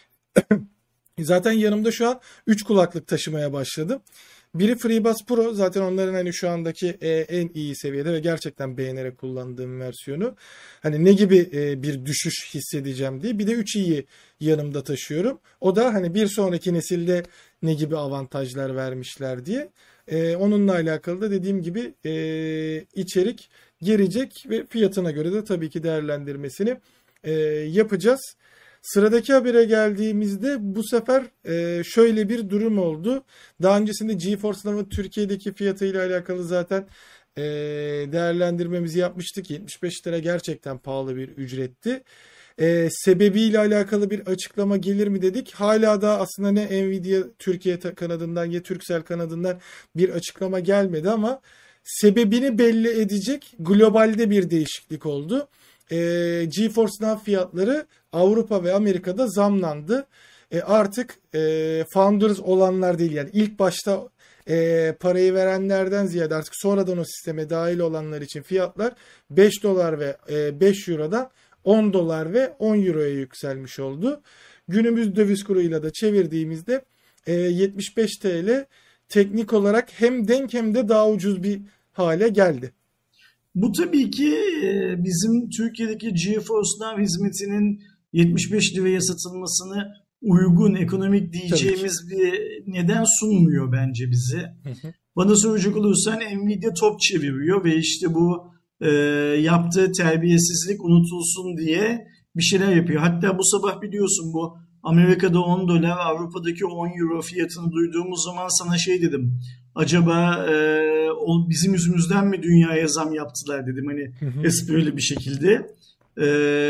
Zaten yanımda şu an üç kulaklık taşımaya başladım. Biri FreeBuds Pro, zaten onların hani şu andaki e, en iyi seviyede ve gerçekten beğenerek kullandığım versiyonu. Hani ne gibi e, bir düşüş hissedeceğim diye. Bir de üç i'yi yanımda taşıyorum. O da hani bir sonraki nesilde ne gibi avantajlar vermişler diye. E, onunla alakalı da dediğim gibi e, içerik girecek ve fiyatına göre de tabii ki değerlendirmesini e, yapacağız. Sıradaki habere geldiğimizde bu sefer e, şöyle bir durum oldu. Daha öncesinde GeForce Now'ın Türkiye'deki fiyatıyla alakalı zaten e, değerlendirmemizi yapmıştık. yetmiş beş lira gerçekten pahalı bir ücretti. E, sebebiyle alakalı bir açıklama gelir mi dedik. Hala da aslında ne Nvidia Türkiye kanadından ya Turkcell kanadından bir açıklama gelmedi ama sebebini belli edecek globalde bir değişiklik oldu. E, GeForce Now fiyatları Avrupa ve Amerika'da zamlandı. E, artık e, founders olanlar değil, yani ilk başta e, parayı verenlerden ziyade artık sonradan o sisteme dahil olanlar için fiyatlar beş dolar ve e, beş eurodan on dolar ve on euroya yükselmiş oldu. Günümüz döviz kuruyla da çevirdiğimizde e, yetmiş beş TL teknik olarak hem denk hem de daha ucuz bir hale geldi. Bu tabii ki e, bizim Türkiye'deki GeForce Now hizmetinin yetmiş beş liraya satılmasını uygun, ekonomik diyeceğimiz bir neden sunmuyor bence bize. Hı hı. Bana soracak olursan Nvidia top çeviriyor ve işte bu e, yaptığı terbiyesizlik unutulsun diye bir şeyler yapıyor. Hatta bu sabah biliyorsun bu Amerika'da on dolar, Avrupa'daki on euro fiyatını duyduğumuz zaman sana şey dedim. Acaba e, o bizim yüzümüzden mi dünyaya zam yaptılar dedim hani hı hı. esprili bir şekilde. E,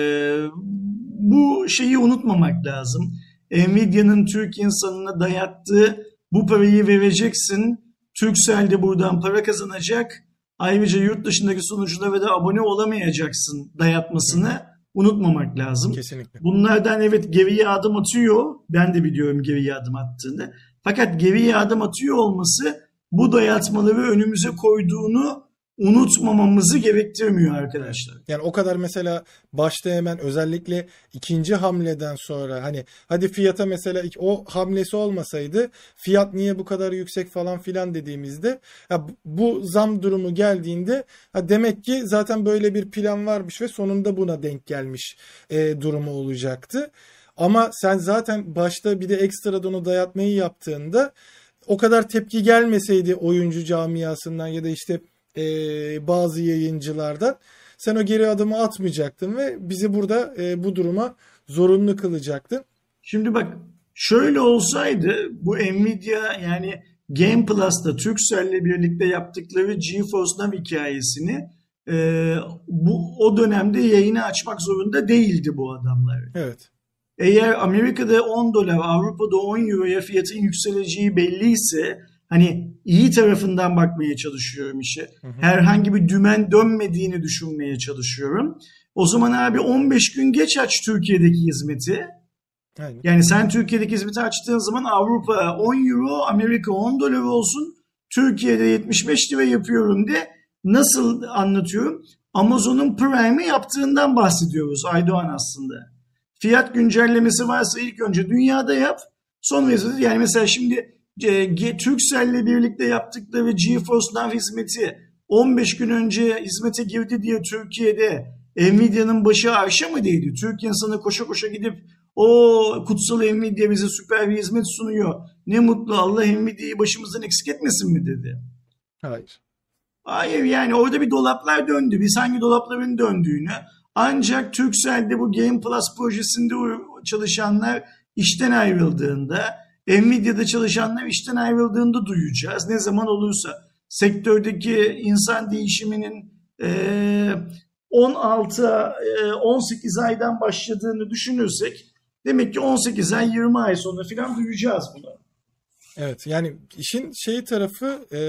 bu şeyi unutmamak lazım. Nvidia'nın Türk insanına dayattığı bu parayı vereceksin. Turkcell de buradan para kazanacak. Ayrıca yurt dışındaki sunuculara da abone olamayacaksın dayatmasını hı. unutmamak lazım. Kesinlikle. Bunlardan evet geriye adım atıyor. Ben de biliyorum geriye adım attığını. Fakat geriye adım atıyor olması bu dayatmaları önümüze koyduğunu unutmamamızı gerektirmiyor arkadaşlar. Yani o kadar mesela başta hemen özellikle ikinci hamleden sonra hani hadi fiyata mesela o hamlesi olmasaydı fiyat niye bu kadar yüksek falan filan dediğimizde ya bu zam durumu geldiğinde ha demek ki zaten böyle bir plan varmış ve sonunda buna denk gelmiş e, durumu olacaktı. Ama sen zaten başta bir de ekstradan o dayatmayı yaptığında o kadar tepki gelmeseydi oyuncu camiasından ya da işte Ee, bazı yayıncılardan sen o geri adımı atmayacaktın ve bizi burada e, bu duruma zorunlu kılacaktın. Şimdi bak şöyle olsaydı bu Nvidia yani Game Plus'ta Turkcell'le birlikte yaptıkları GeForce Now hikayesini e, bu o dönemde yayını açmak zorunda değildi bu adamlar. Evet. Eğer Amerika'da on dolar, Avrupa'da on euroya fiyatın yükseleceği belliyse hani iyi tarafından bakmaya çalışıyorum işe. Hı hı. Herhangi bir dümen dönmediğini düşünmeye çalışıyorum. O zaman abi on beş gün geç aç Türkiye'deki hizmeti. Aynen. Yani sen Türkiye'deki hizmeti açtığın zaman Avrupa on euro, Amerika on dolar olsun. Türkiye'de yetmiş beş lira yapıyorum de nasıl anlatıyorum? Amazon'un Prime'i yaptığından bahsediyoruz Aydoğan aslında. Fiyat güncellemesi varsa ilk önce dünyada yap. Sonra yani mesela şimdi Turkcell'le birlikte yaptıkları GeForce Now hizmeti on beş gün önce hizmete girdi diye Türkiye'de Nvidia'nın başı arşa mı değdi? Türk insanı koşa koşa gidip o kutsal Nvidia bize süper bir hizmet sunuyor. Ne mutlu Allah Nvidia'yı başımızdan eksik etmesin mi dedi. Hayır. Hayır yani orada bir dolaplar döndü. Biz hangi dolapların döndüğünü ancak Turkcell'de bu Game Plus projesinde çalışanlar işten ayrıldığında Nvidia'da çalışanlar işten ayrıldığında duyacağız. Ne zaman olursa sektördeki insan değişiminin on altı on sekiz aydan başladığını düşünürsek demek ki on sekiz ay yirmi ay sonra falan duyacağız bunu. Evet yani işin şey tarafı e,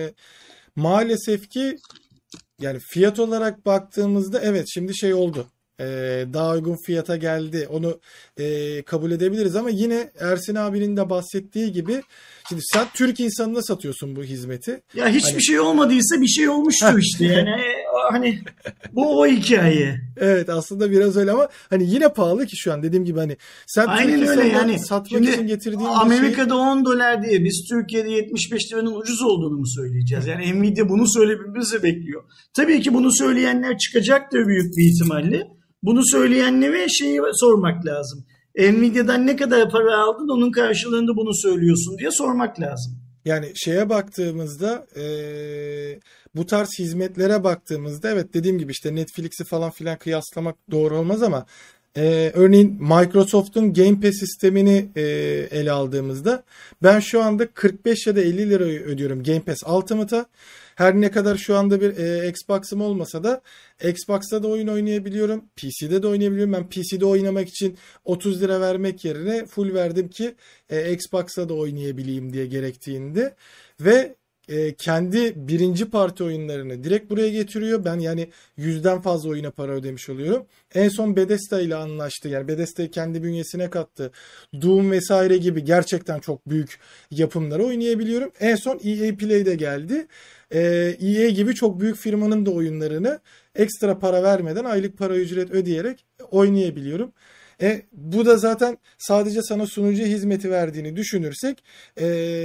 maalesef ki yani fiyat olarak baktığımızda evet şimdi şey oldu. Ee, daha uygun fiyata geldi. Onu e, kabul edebiliriz ama yine Ersin abinin de bahsettiği gibi şimdi sen Türk insanına satıyorsun bu hizmeti. Ya hiçbir hani... şey olmadıysa bir şey olmuştur işte. Yani hani bu o hikaye. Evet aslında biraz öyle ama hani yine pahalı ki şu an dediğim gibi hani sen aynen Türk öyle yani. satmak şimdi için getirdiğin Amerika'da bir şey... on dolar diye biz Türkiye'de yetmiş beş liranın ucuz olduğunu mu söyleyeceğiz? Yani Nvidia bunu söylememizi bekliyor. Tabii ki bunu söyleyenler çıkacaktır büyük bir ihtimalle. Bunu söyleyenlere şeyi sormak lazım. Nvidia'dan ne kadar para aldın onun karşılığında bunu söylüyorsun diye sormak lazım. Yani şeye baktığımızda e, bu tarz hizmetlere baktığımızda evet dediğim gibi işte Netflix'i falan filan kıyaslamak doğru olmaz ama Ee, örneğin Microsoft'un Game Pass sistemini e, ele aldığımızda ben şu anda kırk beş ya da elli lira ödüyorum Game Pass Ultimate'a. Her ne kadar şu anda bir e, Xbox'ım olmasa da Xbox'ta da oyun oynayabiliyorum. P C'de de oynayabiliyorum. Ben P C'de oynamak için otuz lira vermek yerine full verdim ki e, Xbox'ta da oynayabileyim diye gerektiğinde ve e, kendi birinci parti oyunlarını direkt buraya getiriyor. Ben yani yüzden fazla oyuna para ödemiş oluyorum. En son Bethesda ile anlaştı. Yani Bethesda'yı kendi bünyesine kattı. Doom vesaire gibi gerçekten çok büyük yapımları oynayabiliyorum. En son E A Play'de geldi. Ee, E A gibi çok büyük firmanın da oyunlarını ekstra para vermeden aylık para ücret ödeyerek oynayabiliyorum. E, bu da zaten sadece sana sunucu hizmeti verdiğini düşünürsek e,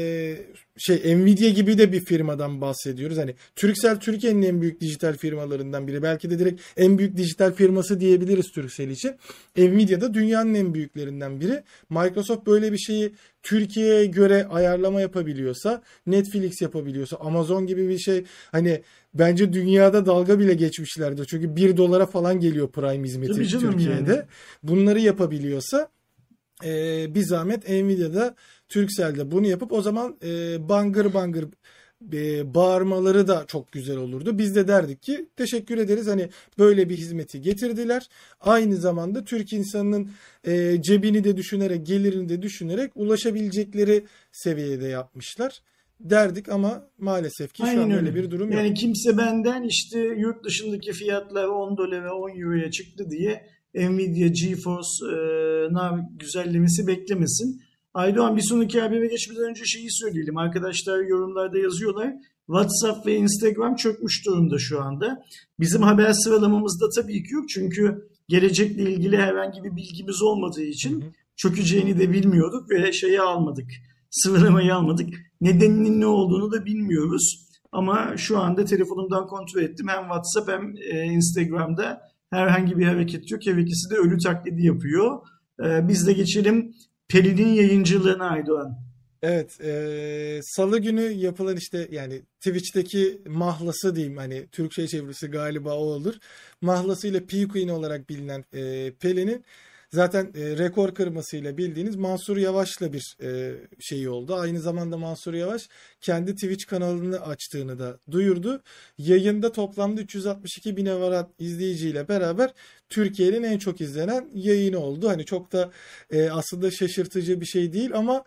şey Nvidia gibi de bir firmadan bahsediyoruz. Hani Turkcell Türkiye'nin en büyük dijital firmalarından biri. Belki de direkt en büyük dijital firması diyebiliriz Turkcell için. Nvidia da dünyanın en büyüklerinden biri. Microsoft böyle bir şeyi Türkiye'ye göre ayarlama yapabiliyorsa, Netflix yapabiliyorsa, Amazon gibi bir şey hani bence dünyada dalga bile geçmişlerdir. Çünkü bir dolara falan geliyor Prime hizmeti Tabii canım Türkiye'de. yani. Bunları yapabiliyorsa e, bir zahmet Nvidia'da, Turkcell'de bunu yapıp o zaman e, bangır bangır e, bağırmaları da çok güzel olurdu. Biz de derdik ki teşekkür ederiz hani böyle bir hizmeti getirdiler. Aynı zamanda Türk insanının e, cebini de düşünerek, gelirini de düşünerek ulaşabilecekleri seviyede yapmışlar derdik ama maalesef ki şu Aynen an öyle öyle. bir durum yok. Yani kimse benden işte yurt dışındaki fiyatlar on dolara on euroya çıktı diye Nvidia GeForce e, Now güzellemesi beklemesin. Aydoğan, bir sonraki habere geçmeden önce şeyi söyleyelim. Arkadaşlar yorumlarda yazıyorlar. WhatsApp ve Instagram çökmüş durumda şu anda. Bizim haber sıralamamızda tabii ki yok. Çünkü gelecekle ilgili herhangi bir bilgimiz olmadığı Hı için hı. çökeceğini de bilmiyorduk ve şeyi almadık. Sıralamayı almadık. Nedeninin ne olduğunu da bilmiyoruz. Ama şu anda telefonumdan kontrol ettim. Hem WhatsApp hem e, Instagram'da herhangi bir hareket yok. Her ikisi de ölü taklidi yapıyor. E, biz de geçelim Pelin'in yayıncılığına Aydoğan. Evet, eee, Salı günü yapılan işte yani Twitch'teki mahlası diyeyim hani Türkçe çevirisi galiba o olur. Mahlasıyla P Queen olarak bilinen eee Pelin'in zaten eee, rekor kırmasıyla bildiğiniz Mansur Yavaş'la bir eee, şeyi oldu. Aynı zamanda Mansur Yavaş kendi Twitch kanalını açtığını da duyurdu. Yayında toplamda üç yüz altmış iki bine varan izleyiciyle beraber Türkiye'nin en çok izlenen yayını oldu. Hani çok da eee, aslında şaşırtıcı bir şey değil ama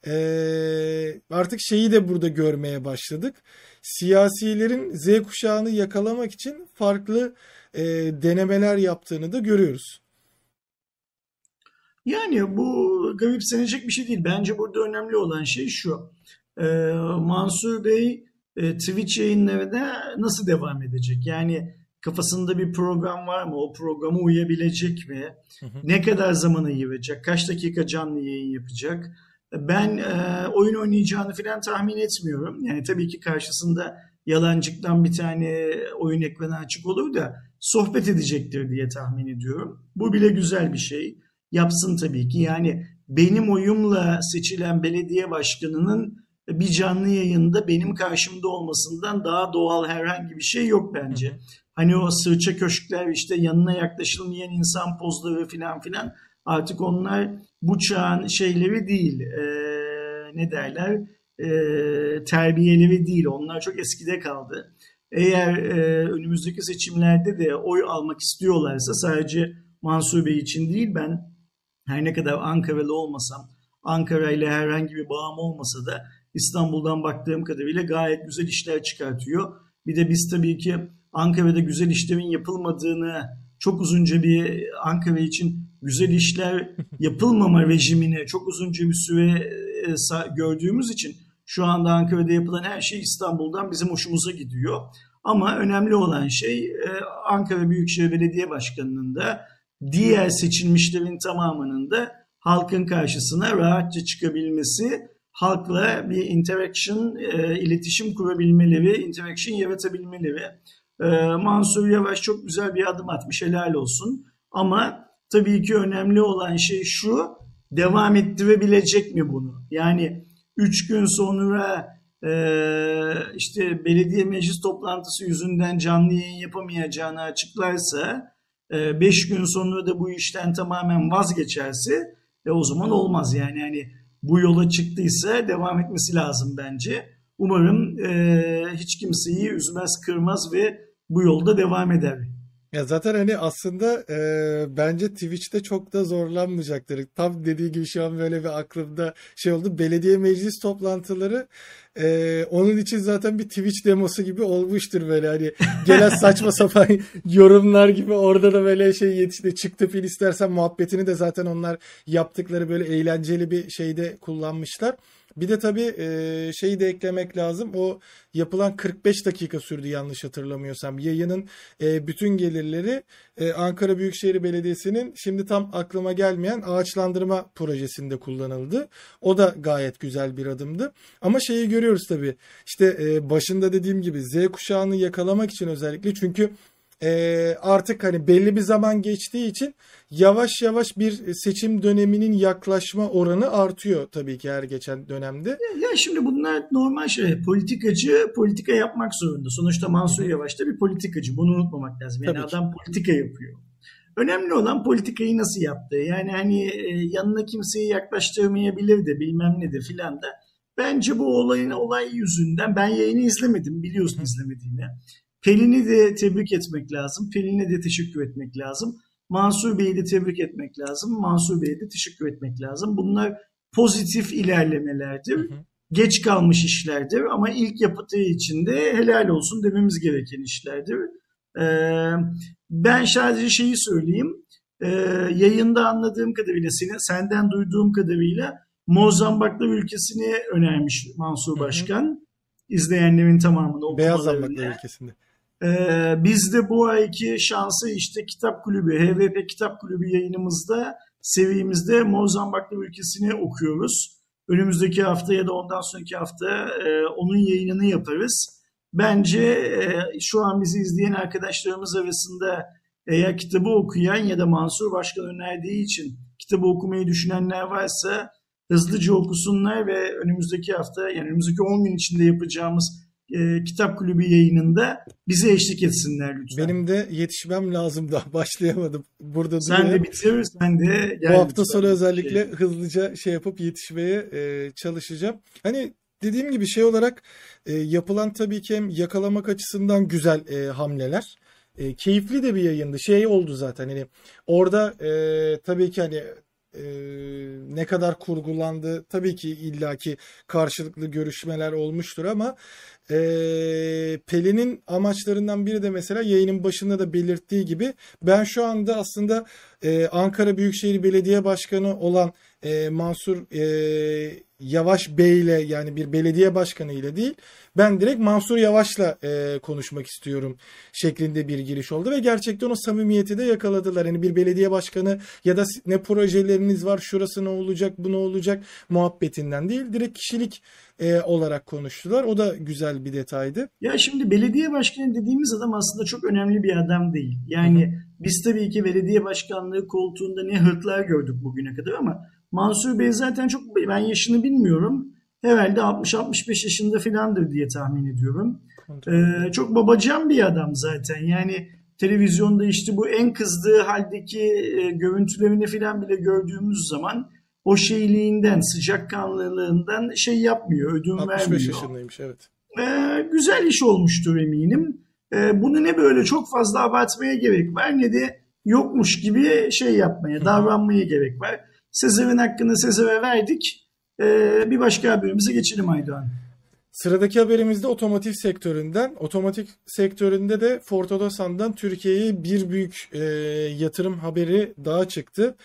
ee, artık şeyi de burada görmeye başladık. Siyasilerin Z kuşağını yakalamak için farklı e, denemeler yaptığını da görüyoruz. Yani bu garipsenecek bir şey değil. Bence burada önemli olan şey şu. Ee, Mansur Bey e, Twitch yayınlarına nasıl devam edecek? Yani kafasında bir program var mı? O programa uyabilecek mi? Hı hı. Ne kadar zaman ayıracak? Kaç dakika canlı yayın yapacak? Ben e, oyun oynayacağını falan tahmin etmiyorum. Yani tabii ki karşısında yalancıktan bir tane oyun ekranı açık olur da sohbet edecektir diye tahmin ediyorum. Bu bile güzel bir şey. Yapsın tabii ki. Yani benim oyumla seçilen belediye başkanının bir canlı yayında benim karşımda olmasından daha doğal herhangi bir şey yok Hı bence. hı. Hani o sırça köşkler, işte yanına yaklaşılmayan insan pozları filan filan, artık onlar bu çağın şeyleri değil. Ee, ne derler? Ee, terbiyeleri değil. Onlar çok eskide kaldı. Eğer e, önümüzdeki seçimlerde de oy almak istiyorlarsa sadece Mansur Bey için değil, ben her ne kadar Ankaralı olmasam, Ankara ile herhangi bir bağım olmasa da İstanbul'dan baktığım kadarıyla gayet güzel işler çıkartıyor. Bir de biz tabii ki Ankara'da güzel işlerin yapılmadığını, çok uzunca bir Ankara için güzel işler yapılmama rejimini çok uzunca bir süre e, gördüğümüz için şu anda Ankara'da yapılan her şey İstanbul'dan bizim hoşumuza gidiyor. Ama önemli olan şey e, Ankara Büyükşehir Belediye Başkanı'nın da diğer seçilmişlerin tamamının da halkın karşısına rahatça çıkabilmesi, halkla bir interaction, e, iletişim kurabilmeleri, interaction yaratabilmeleri. E, Mansur Yavaş çok güzel bir adım atmış, helal olsun. Ama tabii ki önemli olan şey şu, devam ettirebilecek mi bunu? Yani üç gün sonra e, işte belediye meclis toplantısı yüzünden canlı yayın yapamayacağını açıklarsa beş gün sonra da bu işten tamamen vazgeçerse e, o zaman olmaz. Yani hani bu yola çıktıysa devam etmesi lazım bence. Umarım e, hiç kimseyi üzmez, kırmaz ve bu yolda devam eder. Ya zaten hani aslında e, bence Twitch'te çok da zorlanmayacaktır. Tam dediği gibi şu an böyle bir aklımda şey oldu. Belediye meclis toplantıları e, onun için zaten bir Twitch demosu gibi olmuştur böyle hani gelen saçma sapan yorumlar gibi orada da böyle şey yetişti çıktı fil istersen muhabbetini de zaten onlar yaptıkları böyle eğlenceli bir şeyde kullanmışlar. Bir de tabii e, şeyi de eklemek lazım. O yapılan kırk beş dakika sürdü yanlış hatırlamıyorsam. Yayının e, bütün gelirleri e, Ankara Büyükşehir Belediyesi'nin şimdi tam aklıma gelmeyen ağaçlandırma projesinde kullanıldı. O da gayet güzel bir adımdı. Ama şeyi görüyoruz tabii. İşte e, başında dediğim gibi Z kuşağını yakalamak için özellikle çünkü e, artık hani belli bir zaman geçtiği için yavaş yavaş bir seçim döneminin yaklaşma oranı artıyor tabii ki her geçen dönemde. Ya şimdi bunlar normal şey. Politikacı politika yapmak zorunda. Sonuçta Mansur Yavaş da bir politikacı. Bunu unutmamak lazım. Yani Tabii ki. adam politika yapıyor. Önemli olan politikayı nasıl yaptığı. Yani hani e, yanına kimseyi yaklaştırmayabilir de bilmem ne de filan da. Bence bu olayın olay yüzünden ben yayını izlemedim. Biliyorsun izlemediğini. Pelin'i de tebrik etmek lazım. Pelin'e de teşekkür etmek lazım. Mansur Bey'i de tebrik etmek lazım. Mansur Bey'e de teşekkür etmek lazım. Bunlar pozitif ilerlemelerdir. Hı hı. Geç kalmış işlerdir ama ilk yapıtı için de helal olsun dememiz gereken işlerdir. Ee, ben sadece şeyi söyleyeyim. Ee, yayında anladığım kadarıyla, senin, senden duyduğum kadarıyla Mozambaklar ülkesini önermiş Mansur Hı hı. Başkan. İzleyenlerin tamamını Beyaz okumalarını. Zambaklar ülkesinde. Ee, biz de bu ayki şansı işte Kitap Kulübü, H V P Kitap Kulübü yayınımızda, seviyemizde Mozambaklar ülkesini okuyoruz. Önümüzdeki hafta ya da ondan sonraki hafta e, onun yayınını yaparız. Bence e, şu an bizi izleyen arkadaşlarımız arasında eğer kitabı okuyan ya da Mansur Başkan önerdiği için kitabı okumayı düşünenler varsa hızlıca okusunlar ve önümüzdeki hafta, yani önümüzdeki on gün içinde yapacağımız e, Kitap Kulübü yayınında bize eşlik etsinler lütfen. Benim de yetişmem lazım daha başlayamadım. Burada Sen duruyor. de bitir, sen de gel Bu hafta lütfen. sonu özellikle hızlıca şey yapıp yetişmeye e, çalışacağım. Hani dediğim gibi şey olarak e, yapılan tabii ki hem yakalamak açısından güzel e, hamleler. E, keyifli de bir yayındı. Şey oldu zaten hani orada e, tabii ki hani e, ne kadar kurgulandı tabii ki illaki karşılıklı görüşmeler olmuştur ama e, Pelin'in amaçlarından biri de mesela yayının başında da belirttiği gibi ben şu anda aslında e, Ankara Büyükşehir Belediye Başkanı olan e, Mansur e, Yavaş Bey ile yani bir belediye başkanı ile değil ben direkt Mansur Yavaş'la e, konuşmak istiyorum şeklinde bir giriş oldu ve gerçekten o samimiyeti de yakaladılar. Yani bir belediye başkanı ya da ne projeleriniz var, şurası ne olacak, bu ne olacak muhabbetinden değil direkt kişilik e, olarak konuştular. O da güzel bir detaydı. Ya şimdi belediye başkanı dediğimiz adam aslında çok önemli bir adam değil. Yani hı hı. Biz tabii ki belediye başkanlığı koltuğunda ne hırtlar gördük bugüne kadar ama Mansur Bey zaten çok, ben yaşını bilmiyorum. Herhalde altmış altmış beş yaşında filandır diye tahmin ediyorum. Ee, çok babacan bir adam zaten. Yani televizyonda işte bu en kızdığı haldeki e, görüntülerini filan bile gördüğümüz zaman o şeyliğinden, sıcakkanlılığından şey yapmıyor, ödün vermiyor. altmış beş yaşındaymış evet. Ee, güzel iş olmuştur eminim. Ee, bunu ne böyle çok fazla abartmaya gerek var ne de yokmuş gibi şey yapmaya, davranmaya gerek var. Sezer'in hakkını Sezer'e verdik. Ee, bir başka haberimize geçelim Aydoğan. Sıradaki haberimizde otomotiv sektöründen. Otomotiv sektöründe de Ford Otosan'dan Türkiye'ye bir büyük e, yatırım haberi daha çıktı.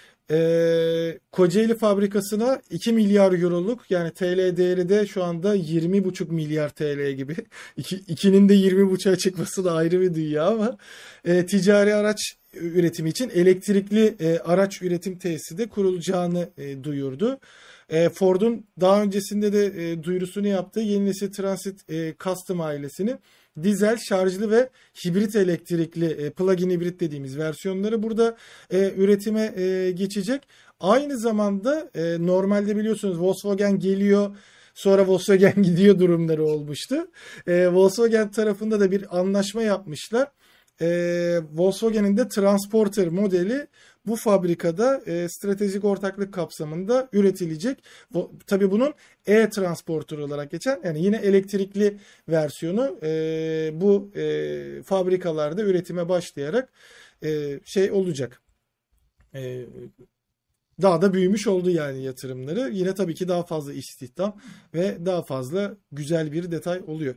E, Kocaeli fabrikasına iki milyar euroluk yani T L değeri de şu anda yirmi buçuk milyar T L gibi. İki, ikinin de yirmi buçuğa çıkması da ayrı bir dünya ama e, ticari araç üretimi için elektrikli e, araç üretim tesisi de kurulacağını e, duyurdu. E, Ford'un daha öncesinde de e, duyurusunu yaptığı yeni nesil Transit e, Custom ailesini dizel, şarjlı ve hibrit elektrikli e, plug-in hibrit dediğimiz versiyonları burada e, üretime e, geçecek. Aynı zamanda e, normalde biliyorsunuz Volkswagen geliyor sonra Volkswagen gidiyor durumları olmuştu. E, Volkswagen tarafında da bir anlaşma yapmışlar. e, Volkswagen'in de Transporter modeli bu fabrikada e, stratejik ortaklık kapsamında üretilecek. Bu, tabii bunun e-Transporter olarak geçen, yani yine elektrikli versiyonu e, bu e, fabrikalarda üretime başlayarak e, şey olacak. E, Daha da büyümüş oldu yani yatırımları. Yine tabii ki daha fazla istihdam ve daha fazla güzel bir detay oluyor.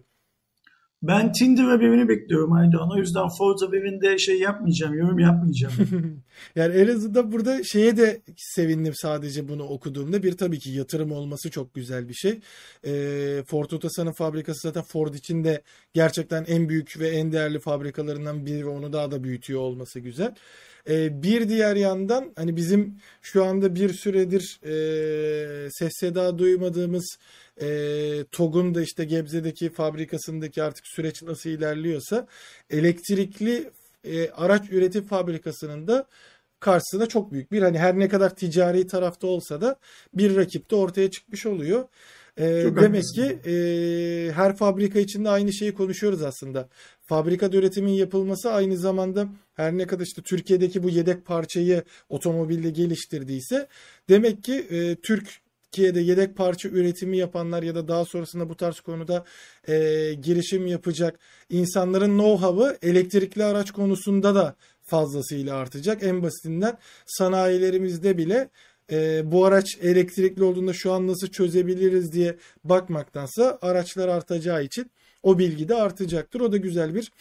Ben Tinder haberini bekliyorum Aydoğan. O yüzden Ford haberinde şey yapmayacağım, yorum yapmayacağım. Yani en azından burada şeye de sevindim sadece bunu okuduğumda. Bir, tabii ki yatırım olması çok güzel bir şey. Ee, Ford Otosan'ın fabrikası zaten Ford için de gerçekten en büyük ve en değerli fabrikalarından biri ve onu daha da büyütüyor olması güzel. Ee, bir diğer yandan hani bizim şu anda bir süredir e, ses seda duymadığımız e, TOG'un da işte Gebze'deki fabrikasındaki artık süreç nasıl ilerliyorsa elektrikli e, araç üretim fabrikasının da karşısında çok büyük bir, hani her ne kadar ticari tarafta olsa da bir rakip de ortaya çıkmış oluyor. E, Çok demek haklısın. ki e, her fabrika içinde aynı şeyi konuşuyoruz aslında. Fabrikada üretimin yapılması aynı zamanda her ne kadar işte Türkiye'deki bu yedek parçayı otomobilde geliştirdiyse, demek ki e, Türkiye'de yedek parça üretimi yapanlar ya da daha sonrasında bu tarz konuda e, girişim yapacak insanların know-how'ı elektrikli araç konusunda da fazlasıyla artacak. En basitinden sanayilerimizde bile e, bu araç elektrikli olduğunda şu an nasıl çözebiliriz diye bakmaktansa araçlar artacağı için o bilgi de artacaktır. O da güzel bir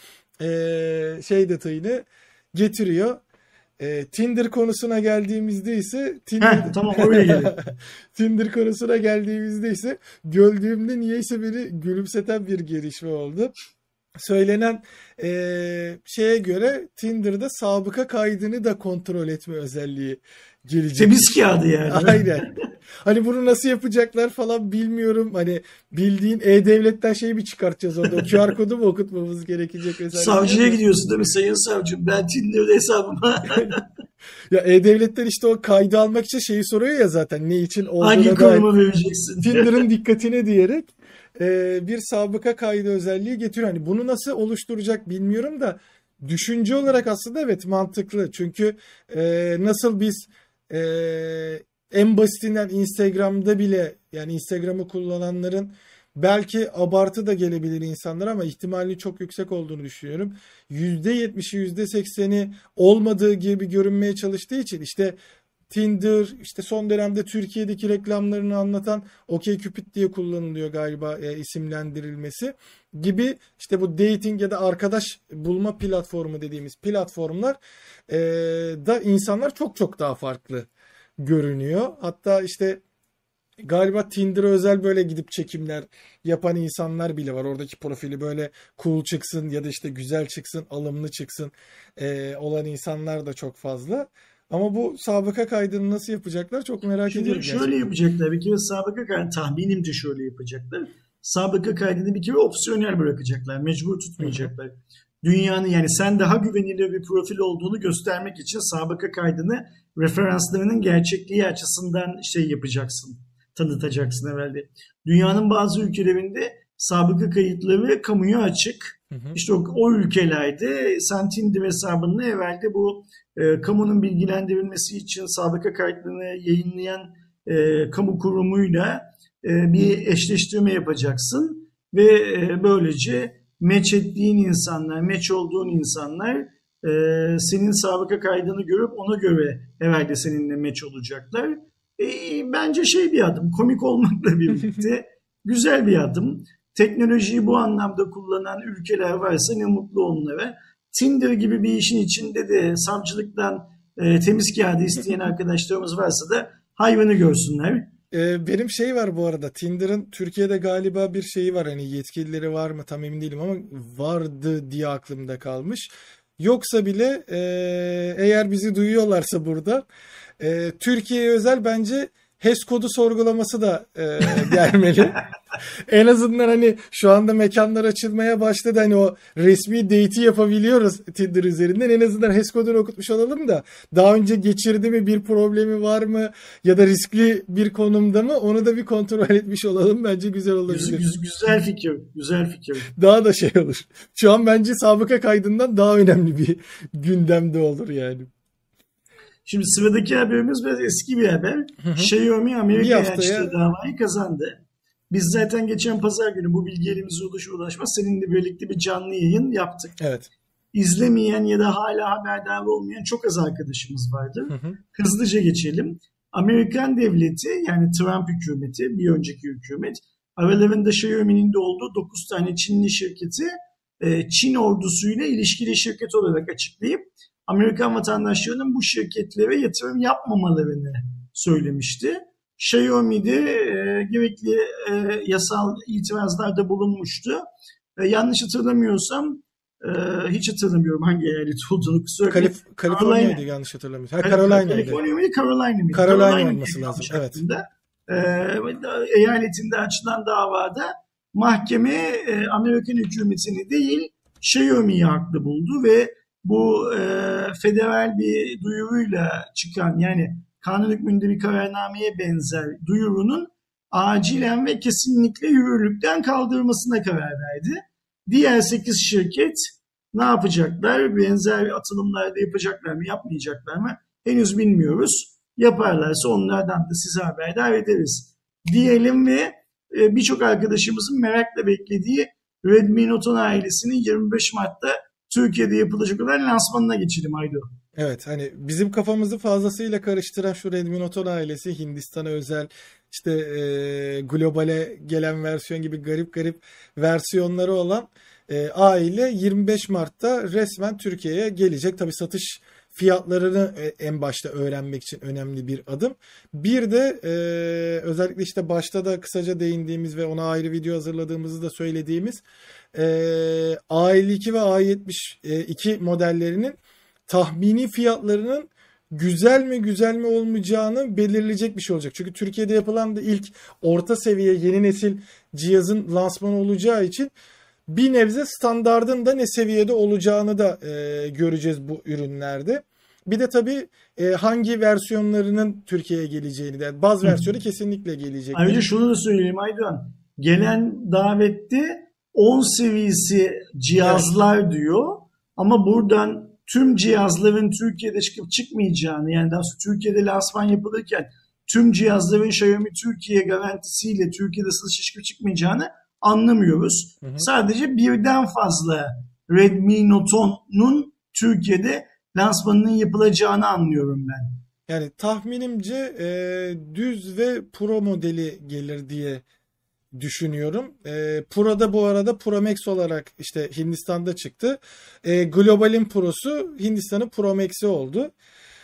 e, şey detayını getiriyor. E, Tinder konusuna geldiğimizde ise Tinder Heh, tamam oraya gelelim. Tinder konusuna geldiğimizde ise gördüğümde niyeyse beni gülümseten bir gelişme oldu. Söylenen e, şeye göre Tinder'da sabıka kaydını da kontrol etme özelliği gelecek. Temiz kağıdı yani. Aynen. Hani bunu nasıl yapacaklar falan bilmiyorum. Hani bildiğin E-Devlet'ten şey mi çıkartacağız orada? O Q R kodu mu okutmamız gerekecek mesela? Savcıya gidiyorsun değil mi Sayın Savcım? Ben Tinder'da hesabıma Ya E-Devlet'ten işte o kaydı almak için şeyi soruyor ya zaten, ne için hangi olduğuna dair. konuma vereceksin? Tinder'ın dikkatine diyerek e, bir sabıka kaydı özelliği getiriyor. Hani bunu nasıl oluşturacak bilmiyorum da düşünce olarak aslında evet mantıklı. Çünkü e, nasıl biz e, en basitinden Instagram'da bile, yani Instagram'ı kullananların belki abartı da gelebilir insanlar ama ihtimalinin çok yüksek olduğunu düşünüyorum. yüzde yetmişi yüzde sekseni olmadığı gibi görünmeye çalıştığı için işte Tinder, işte son dönemde Türkiye'deki reklamlarını anlatan OkCupid diye kullanılıyor galiba e, isimlendirilmesi gibi, işte bu dating ya da arkadaş bulma platformu dediğimiz platformlar e, da insanlar çok çok daha farklı görünüyor. Hatta işte galiba Tinder'a özel böyle gidip çekimler yapan insanlar bile var. Oradaki profili böyle cool çıksın ya da işte güzel çıksın, alımlı çıksın e, olan insanlar da çok fazla. Ama bu sabıka kaydını nasıl yapacaklar çok merak Şimdi ediyorum şöyle gerçekten. yapacaklar. Bir kere sabıka kaydı tahminimce şöyle yapacaklar. Sabıka kaydını bir kere opsiyonel bırakacaklar. Mecbur Hı hı. tutmayacaklar. Dünyanın yani sen daha güvenilir bir profil olduğunu göstermek için sabıka kaydını referanslarının gerçekliği açısından şey yapacaksın. Tanıtacaksın herhalde. Dünyanın bazı ülkelerinde sabıka kayıtları kamuya açık. Hı hı. İşte o, o ülkelerde sen Tinder hesabını evvelde bu e, kamunun bilgilendirilmesi için sabıka kayıtlarını yayınlayan e, kamu kurumuyla e, bir eşleştirme yapacaksın ve e, böylece match ettiğin insanlar, match olduğun insanlar e, senin sabıka kaydını görüp ona göre herhalde seninle match olacaklar. E, bence şey bir adım, komik olmakla birlikte güzel bir adım. Teknolojiyi bu anlamda kullanan ülkeler varsa ne mutlu onlara. Tinder gibi bir işin içinde de savcılıktan e, temiz kağıdı isteyen arkadaşlarımız varsa da hayvanı görsünler. Ee, benim şey var bu arada, Tinder'ın Türkiye'de galiba bir şeyi var, hani yetkilileri var mı tam emin değilim ama vardı diye aklımda kalmış. Yoksa bile e, eğer bizi duyuyorlarsa burada e, Türkiye'ye özel bence HES kodu sorgulaması da e, gelmeli. En azından hani şu anda mekanlar açılmaya başladı. Hani o resmi date'i yapabiliyoruz Tinder üzerinden. En azından HES kodunu okutmuş olalım da daha önce geçirdi mi, bir problemi var mı ya da riskli bir konumda mı, onu da bir kontrol etmiş olalım. Bence güzel olabilir. Güzel, güzel fikir. Güzel fikir. Daha da şey olur. Şu an bence sabıka kaydından daha önemli bir gündemde olur yani. Şimdi sıradaki haberimiz biraz eski bir haber. Hı hı. Xiaomi Amerika'ya Bir haftaya- açtığı davayı kazandı. Biz zaten geçen pazar günü bu bilgi elimize ulaşır ulaşmaz seninle birlikte bir canlı yayın yaptık. Evet. İzlemeyen ya da hala haberdar olmayan çok az arkadaşımız vardır. Hı hı. Hızlıca geçelim. Amerikan devleti, yani Trump hükümeti, bir önceki hükümet, aralarında Xiaomi'nin de olduğu dokuz tane Çinli şirketi e, Çin ordusuyla ilişkili şirket olarak açıklayıp Amerikan vatandaşlarının bu şirketlere yatırım yapmamalarını söylemişti. Xiaomi de e, gerekli e, yasal itirazlarda bulunmuştu. E, yanlış hatırlamıyorsam, e, hiç hatırlamıyorum hangi eyalet olduğunu, kusura bakmayın. Kalif Kaliforniya'ydı yanlış hatırlamıyorsam. Ha, Carolina'ydı. California mıydı, Carolina mıydı? Carolina Carolina olması mıydı lazım, yanlış evet. aklımda. E, eyaletinde açılan davada mahkeme e, Amerikan hükümetini değil Xiaomi'yi haklı buldu ve bu e, federal bir duyuruyla çıkan, yani kanun hükmünde bir kararnameye benzer duyurunun acilen ve kesinlikle yürürlükten kaldırılmasına karar verdi. Diğer sekiz şirket ne yapacaklar? Benzer atılımlarda yapacaklar mı, yapmayacaklar mı? Henüz bilmiyoruz. Yaparlarsa onlardan da size haberdar ederiz diyelim ve e, birçok arkadaşımızın merakla beklediği Redmi Note on ailesinin yirmi beş Mart'ta Türkiye'de yapılacak olan lansmanına geçelim Aydo. Evet, hani bizim kafamızı fazlasıyla karıştıran şu Redmi Note on ailesi, Hindistan'a özel işte e, globale gelen versiyon gibi garip garip versiyonları olan e, aile yirmi beş Mart'ta resmen Türkiye'ye gelecek. Tabii satış fiyatlarını e, en başta öğrenmek için önemli bir adım. Bir de e, özellikle işte başta da kısaca değindiğimiz ve ona ayrı video hazırladığımızı da söylediğimiz e, A elli iki ve A yetmiş iki modellerinin tahmini fiyatlarının güzel mi güzel mi olmayacağını belirleyecek bir şey olacak. Çünkü Türkiye'de yapılan da ilk orta seviye yeni nesil cihazın lansmanı olacağı için bir nebze standardın da ne seviyede olacağını da e, göreceğiz bu ürünlerde. Bir de tabii e, hangi versiyonlarının Türkiye'ye geleceğini de, yani bazı versiyonu kesinlikle gelecek. Ayrıca şunu da söyleyeyim Aydoğan. Gelen davette on seviyesi cihazlar evet. diyor. Ama buradan tüm cihazların Türkiye'de çıkıp çıkmayacağını, yani daha sonra Türkiye'de lansman yapılırken tüm cihazların Xiaomi Türkiye garantisiyle Türkiye'de satışa çıkıp çıkmayacağını anlamıyoruz. Hı hı. Sadece birden fazla Redmi Note on'un Türkiye'de lansmanının yapılacağını anlıyorum ben. Yani tahminimce e, düz ve Pro modeli gelir diye düşünüyorum. E, Pro'da bu arada Pro Max olarak işte Hindistan'da çıktı. E, Global'in Pro'su Hindistan'ın Pro Max'i oldu.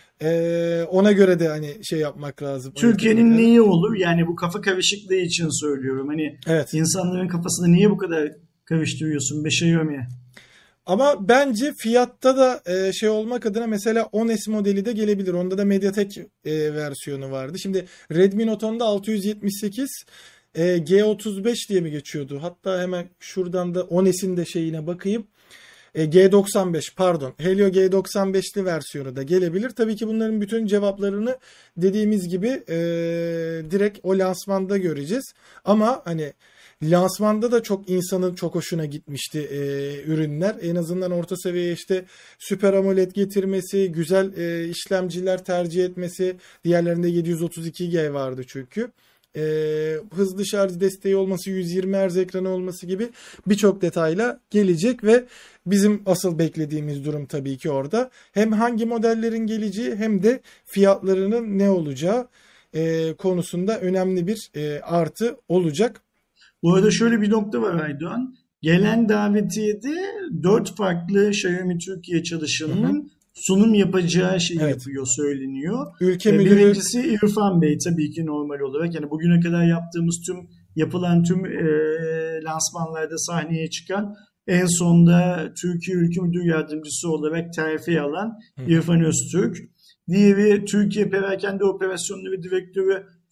E, ona göre de hani şey yapmak lazım. Türkiye'nin neyi olur? Yani bu kafa karışıklığı için söylüyorum. Hani evet. insanların kafasını niye bu kadar karıştırıyorsun be Xiaomi? Ama bence fiyatta da e, şey olmak adına mesela on S modeli de gelebilir. Onda da MediaTek e, versiyonu vardı. Şimdi Redmi Note on'da altı yüz yetmiş sekiz e, G otuz beş diye mi geçiyordu? Hatta hemen şuradan da on S'in de şeyine bakayım. E, G doksan beş pardon. Helio G doksan beşli versiyonu da gelebilir. Tabii ki bunların bütün cevaplarını dediğimiz gibi e, direkt o lansmanda göreceğiz. Ama hani lansmanda da çok insanın çok hoşuna gitmişti e, ürünler. En azından orta seviye işte Super AMOLED getirmesi, güzel e, işlemciler tercih etmesi. Diğerlerinde yedi yüz otuz iki G vardı çünkü. E, hızlı şarj desteği olması, yüz yirmi hertz ekranı olması gibi birçok detayla gelecek ve bizim asıl beklediğimiz durum tabii ki orada. Hem hangi modellerin geleceği hem de fiyatlarının ne olacağı e, konusunda önemli bir e, artı olacak. Bu arada şöyle bir nokta var Aydoğan. Gelen davetiyede dört farklı Xiaomi Türkiye çalışanının hı hı. sunum yapacağı şey evet. yapıyor, söyleniyor. Ülke müdürü... Birincisi İrfan Bey tabii ki normal olarak. Yani bugüne kadar yaptığımız tüm, yapılan tüm e, lansmanlarda sahneye çıkan, en sonda Türkiye Ülke Müdür Yardımcısı olarak terfi alan hı. İrfan Öztürk. Diğeri Türkiye Perakende Operasyonları Direktörü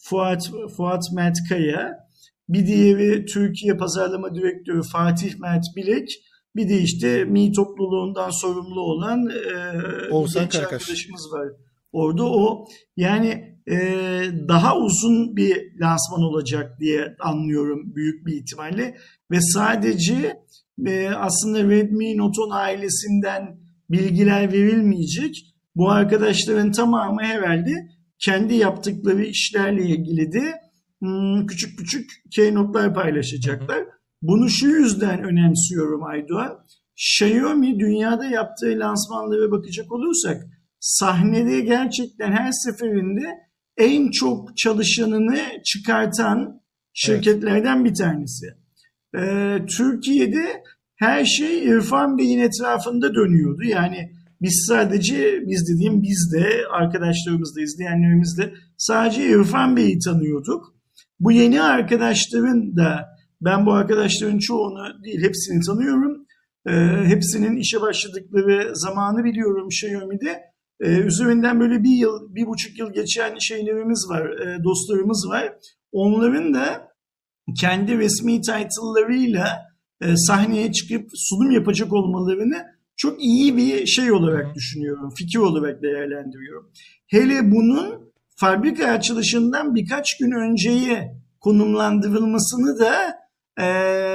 Fuat, Fuat Mert Kaya, bir diğeri Türkiye Pazarlama Direktörü Fatih Mert Bilek, bir de işte Mi topluluğundan sorumlu olan e, Oğuzhan genç Karakaş. arkadaşımız var. Orada o yani e, daha uzun bir lansman olacak diye anlıyorum büyük bir ihtimalle. Ve sadece e, aslında Redmi Note on ailesinden bilgiler verilmeyecek. Bu arkadaşların tamamı herhalde kendi yaptıkları işlerle ilgili de hmm, küçük küçük keynote'lar paylaşacaklar. Hı hı. Bunu şu yüzden önemsiyorum Aydoğan. Xiaomi dünyada yaptığı lansmanlara bakacak olursak sahnede gerçekten her seferinde en çok çalışanını çıkartan şirketlerden evet. bir tanesi. Ee, Türkiye'de her şey İrfan Bey'in etrafında dönüyordu. Yani biz sadece, biz dediğim biz de, arkadaşlarımız da, izleyenlerimiz de sadece İrfan Bey'i tanıyorduk. Bu yeni arkadaşların da, ben bu arkadaşların çoğunu değil hepsini tanıyorum. Ee, hepsinin işe başladıkları zamanı biliyorum Xiaomi'de. Ee, üzerinden böyle bir yıl, bir buçuk yıl geçen şeylerimiz var, e, dostlarımız var. Onların da kendi resmi title'larıyla e, sahneye çıkıp sunum yapacak olmalarını çok iyi bir şey olarak düşünüyorum, fikir olarak değerlendiriyorum. Hele bunun fabrika açılışından birkaç gün önceye konumlandırılmasını da e,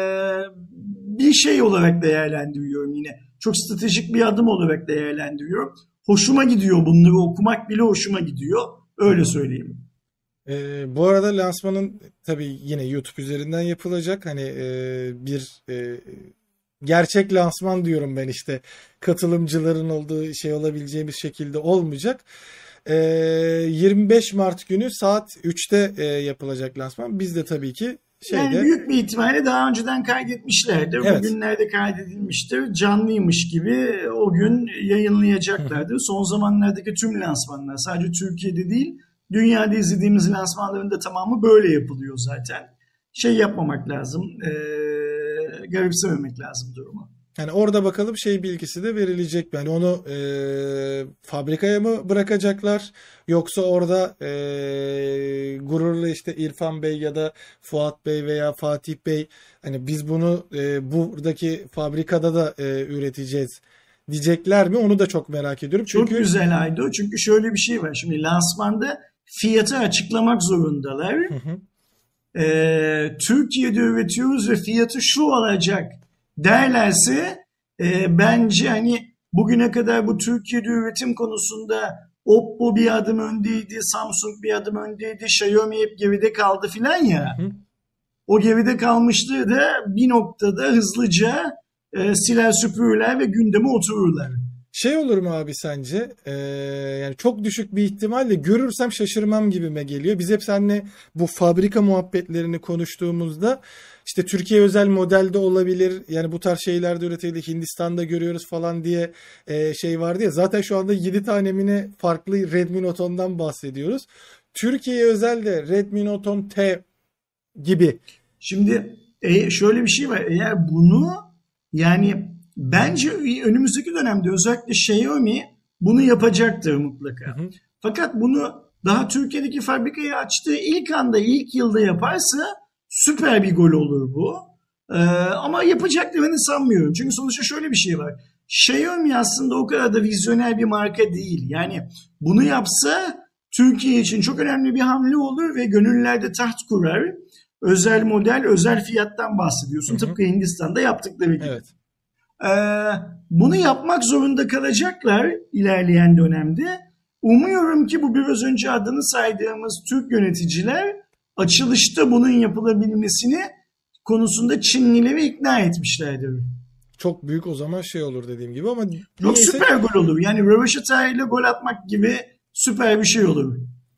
bir şey olarak değerlendiriyorum yine. Çok stratejik bir adım olarak değerlendiriyorum. Hoşuma gidiyor, bunları okumak bile hoşuma gidiyor. Öyle söyleyeyim. Ee, bu arada lansmanın tabii yine YouTube üzerinden yapılacak. Hani e, bir e, gerçek lansman diyorum ben işte. Katılımcıların olduğu şey olabileceğimiz şekilde olmayacak. Ee, yirmi beş Mart günü saat üçte e, yapılacak lansman. Biz de tabii ki şeyde... Yani büyük bir ihtimalle daha önceden kaydetmişlerdir. Evet. Bugünlerde kaydedilmiştir. Canlıymış gibi o gün yayınlayacaklardır. Son zamanlardaki tüm lansmanlar sadece Türkiye'de değil, dünyada izlediğimiz lansmanların da tamamı böyle yapılıyor zaten. Şey yapmamak lazım, e, garipsememek lazım durumu. Yani orada bakalım şey bilgisi de verilecek. Yani onu e, fabrikaya mı bırakacaklar yoksa orada e, gururlu işte İrfan Bey ya da Fuat Bey veya Fatih Bey hani biz bunu e, buradaki fabrikada da e, üreteceğiz diyecekler mi? Onu da çok merak ediyorum. Çünkü... Çok güzel Aydo. Çünkü şöyle bir şey var. Şimdi lansmanda fiyatı açıklamak zorundalar. Hı hı. Ee, Türkiye'de üretiyoruz ve fiyatı şu olacak derlerse e, bence hani bugüne kadar bu Türkiye'de üretim konusunda Oppo bir adım öndeydi, Samsung bir adım öndeydi, Xiaomi hep geride kaldı filan ya. Hı hı. O geride kalmışlığı da bir noktada hızlıca e, siler süpürürler ve gündeme otururlar. Şey olur mu abi sence? Ee, yani çok düşük bir ihtimalle görürsem şaşırmam gibime geliyor. Biz hep seninle bu fabrika muhabbetlerini konuştuğumuzda işte Türkiye özel modelde olabilir. Yani bu tarz şeyler de üretildi. Hindistan'da görüyoruz falan diye e, şey vardı ya. Zaten şu anda yedi tane mi ne farklı Redmi Note on'dan bahsediyoruz. Türkiye özel de Redmi Note on T gibi. Şimdi e, şöyle bir şey var. Eğer bunu yani bence önümüzdeki dönemde özellikle Xiaomi bunu yapacaktır mutlaka. Hı hı. Fakat bunu daha Türkiye'deki fabrikayı açtığı ilk anda, ilk yılda yaparsa süper bir gol olur bu. Ee, ama yapacaklarını sanmıyorum. Çünkü sonuçta şöyle bir şey var. Xiaomi aslında o kadar da vizyoner bir marka değil. Yani bunu yapsa Türkiye için çok önemli bir hamle olur ve gönüllerde taht kurar. Özel model, özel fiyattan bahsediyorsun. Hı hı. Tıpkı Hindistan'da yaptıkları gibi. Evet. Ee, bunu yapmak zorunda kalacaklar ilerleyen dönemde. Umuyorum ki bu biraz önce adını saydığımız Türk yöneticiler açılışta bunun yapılabilmesini konusunda Çinlileri ikna etmişlerdir. Çok büyük o zaman şey olur dediğim gibi ama... Çok neyse... süper gol olur. Yani röveşata ile gol atmak gibi süper bir şey olur.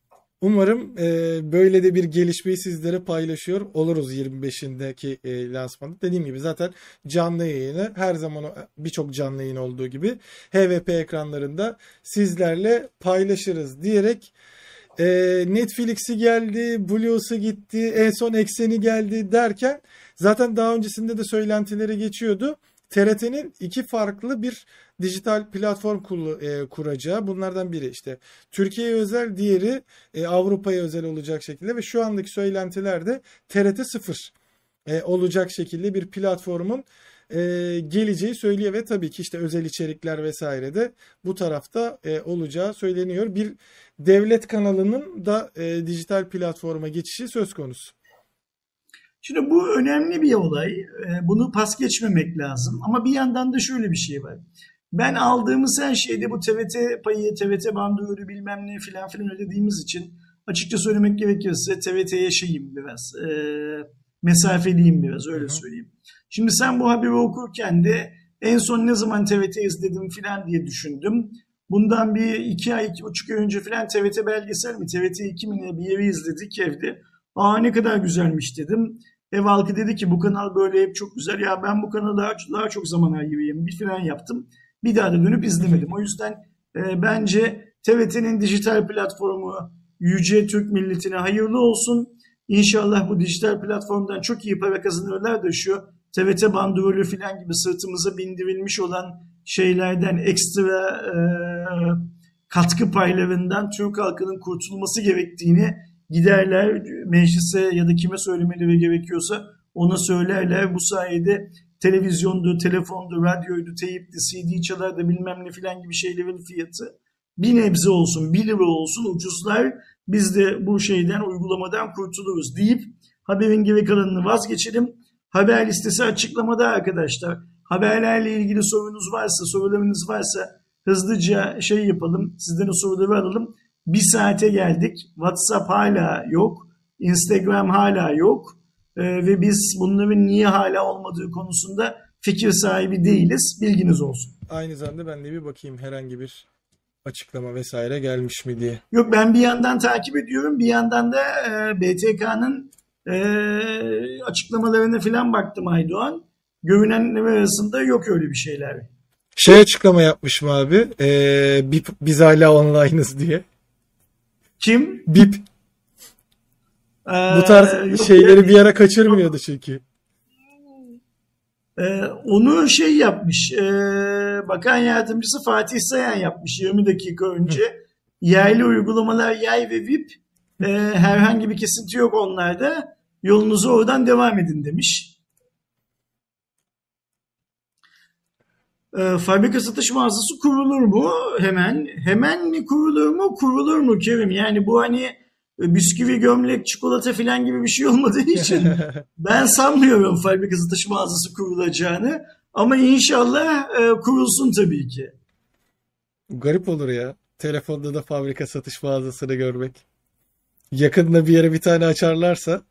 Umarım e, böyle de bir gelişmeyi sizlere paylaşıyor oluruz yirmi beşindeki e, lansmanda. Dediğim gibi zaten canlı yayını her zaman birçok canlı yayın olduğu gibi H V P ekranlarında sizlerle paylaşırız diyerek e, Netflix'i geldi, Blue'su gitti, en son Ekseni geldi derken zaten daha öncesinde de söylentileri geçiyordu. T R T'nin iki farklı bir dijital platform kulu- e, kuracağı. Bunlardan biri işte Türkiye'ye özel, diğeri e, Avrupa'ya özel olacak şekilde ve şu andaki söylentilerde T R T sıfır e, olacak şekilde bir platformun e, geleceği söylüyor ve tabii ki işte özel içerikler vesaire de bu tarafta e, olacağı söyleniyor. Bir devlet kanalının da e, dijital platforma geçişi söz konusu. Şimdi bu önemli bir olay. Ee, Bunu pas geçmemek lazım. Ama bir yandan da şöyle bir şey var. Ben aldığımız her şeyde bu T R T payı, T R T bandrolü bilmem ne filan filan ödediğimiz için açıkça söylemek gerekirse T R T'ye şeyim biraz, e, mesafeliyim biraz Hı öyle hı. söyleyeyim. Şimdi sen bu haberi okurken de en son ne zaman T R T izledim filan diye düşündüm. Bundan bir iki ay, iki buçuk ay önce filan T R T belgesel mi, T R T iki mi ne bir yeri izledik evde. Aa ne kadar güzelmiş dedim. Ev halkı dedi ki bu kanal böyle hep çok güzel. Ya ben bu kanala daha, daha çok zaman ayırayım. Bir fren yaptım. Bir daha da dönüp izlemedim. O yüzden e, bence T R T'nin dijital platformu yüce Türk milletine hayırlı olsun. İnşallah bu dijital platformdan çok iyi para kazanırlar da şu T R T bandrolü falan gibi sırtımıza bindirilmiş olan şeylerden ekstra e, katkı paylarından Türk halkının kurtulması gerektiğini giderler meclise ya da kime söylemeleri gerekiyorsa ona söylerler. Bu sayede televizyondu, telefondu, radyoydu, teyipti, C D çalardı bilmem ne filan gibi şeylerin fiyatı bir nebze olsun, bir lira olsun ucuzlar. Biz de bu şeyden, uygulamadan kurtuluruz deyip haberin geri kalanını vazgeçelim. Haber listesi açıklamada arkadaşlar. Haberlerle ilgili sorunuz varsa, sorularınız varsa hızlıca şey yapalım. Sizden o soruları alalım. Bir saate geldik. WhatsApp hala yok. Instagram hala yok. Ee, ve biz bunların niye hala olmadığı konusunda fikir sahibi değiliz. Bilginiz olsun. Aynı zamanda ben de bir bakayım herhangi bir açıklama vesaire gelmiş mi diye. Yok ben bir yandan takip ediyorum. Bir yandan da e, B T K'nın e, açıklamalarına falan baktım Aydoğan. Görünenler arasında yok öyle bir şeyler. Şey açıklama yapmış mı abi? Ee, BIP, biz hala online'ız diye. Kim? BIP Ee, bu tarz yok şeyleri ya. bir ara kaçırmıyordu çünkü. Ee, onu şey yapmış. E, Bakan Yardımcısı Fatih Sayan yapmış yirmi dakika önce. Yerli uygulamalar Yay ve V I P e, herhangi bir kesinti yok onlarda. Yolunuzu oradan devam edin demiş. E, fabrika satış mağazası kurulur mu? Hemen. Hemen mi kurulur mu? Kurulur mu Kerim? Yani bu hani bisküvi, gömlek, çikolata falan gibi bir şey olmadığı için ben sanmıyorum fabrika satış mağazası kurulacağını. Ama inşallah e, kurulsun tabii ki. Garip olur ya. Telefonda da fabrika satış mağazasını görmek. Yakında bir yere bir tane açarlarsa.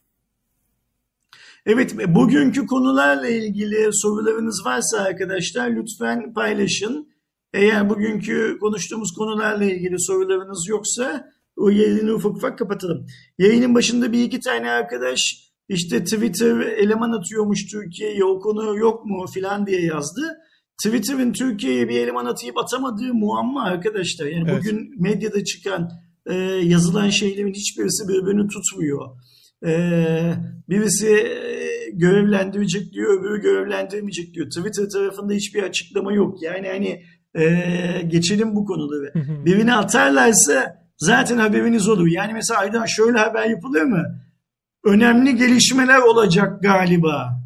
Evet, bugünkü konularla ilgili sorularınız varsa arkadaşlar lütfen paylaşın. Eğer bugünkü konuştuğumuz konularla ilgili sorularınız yoksa o yayını ufak ufak kapatalım. Yayının başında bir iki tane arkadaş işte Twitter eleman atıyormuş Türkiye'ye o konu yok mu filan diye yazdı. Twitter'ın Türkiye'ye bir eleman atayıp atamadığı muamma arkadaşlar. Yani Evet. bugün medyada çıkan e, yazılan şeylerin hiçbirisi birbirini tutmuyor. Ee, birisi e, görevlendirecek diyor, öbürü görevlendirmeyecek diyor. Twitter tarafında hiçbir açıklama yok. Yani hani e, geçelim bu konuları. Birini atarlarsa zaten haberiniz olur. Yani mesela Aydan şöyle haber yapılır mı? Önemli gelişmeler olacak galiba.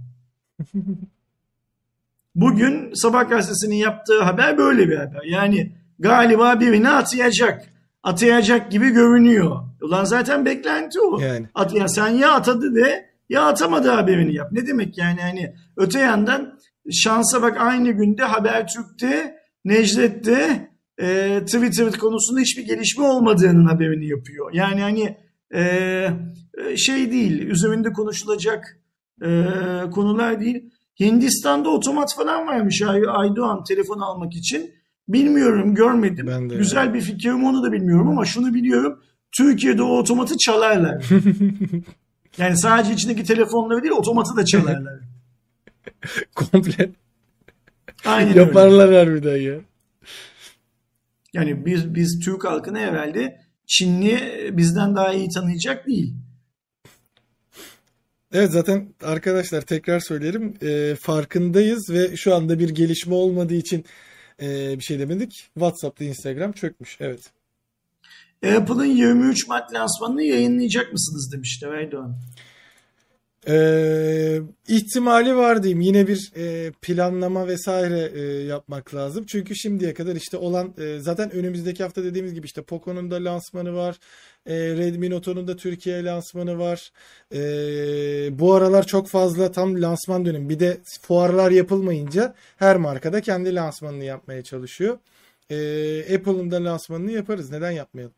Bugün Sabah gazetesinin yaptığı haber böyle bir haber. Yani galiba birini atayacak. Atayacak gibi görünüyor. Ulan zaten beklenti o. Yani. At, yani sen ya atadı de ya atamadı haberini yap. Ne demek yani hani öte yandan şansa bak aynı günde Habertürk'te Necdet'te e, Twitter konusunda hiçbir gelişme olmadığının haberini yapıyor. Yani hani e, şey değil üzerinde konuşulacak e, konular değil. Hindistan'da otomat falan varmış Ay Aydoğan telefon almak için. Bilmiyorum görmedim. Ben de Güzel ya. bir fikir mi onu da bilmiyorum ama şunu biliyorum. Türkiye'de o otomatı çalarlar. Yani sadece içindeki telefonları değil otomatı da çalarlar. Komple Aynen öyle. yaparlar harbiden ya. Yani biz, biz Türk halkını herhalde Çinli bizden daha iyi tanıyacak değil. Evet, zaten arkadaşlar tekrar söylerim, e, farkındayız ve şu anda bir gelişme olmadığı için e, bir şey demedik. WhatsApp'ta Instagram çökmüş. Evet. Apple'ın yirmi üç Mart lansmanını yayınlayacak mısınız demişler Erdoğan. Ee, ihtimali var diyeyim. Yine bir e, planlama vesaire e, yapmak lazım. Çünkü şimdiye kadar işte olan e, zaten önümüzdeki hafta dediğimiz gibi işte Poco'nun da lansmanı var. E, Redmi Note'un da Türkiye lansmanı var. E, bu aralar çok fazla tam lansman dönemi. Bir de fuarlar yapılmayınca her markada kendi lansmanını yapmaya çalışıyor. E, Apple'ın da lansmanını yaparız. Neden yapmayalım?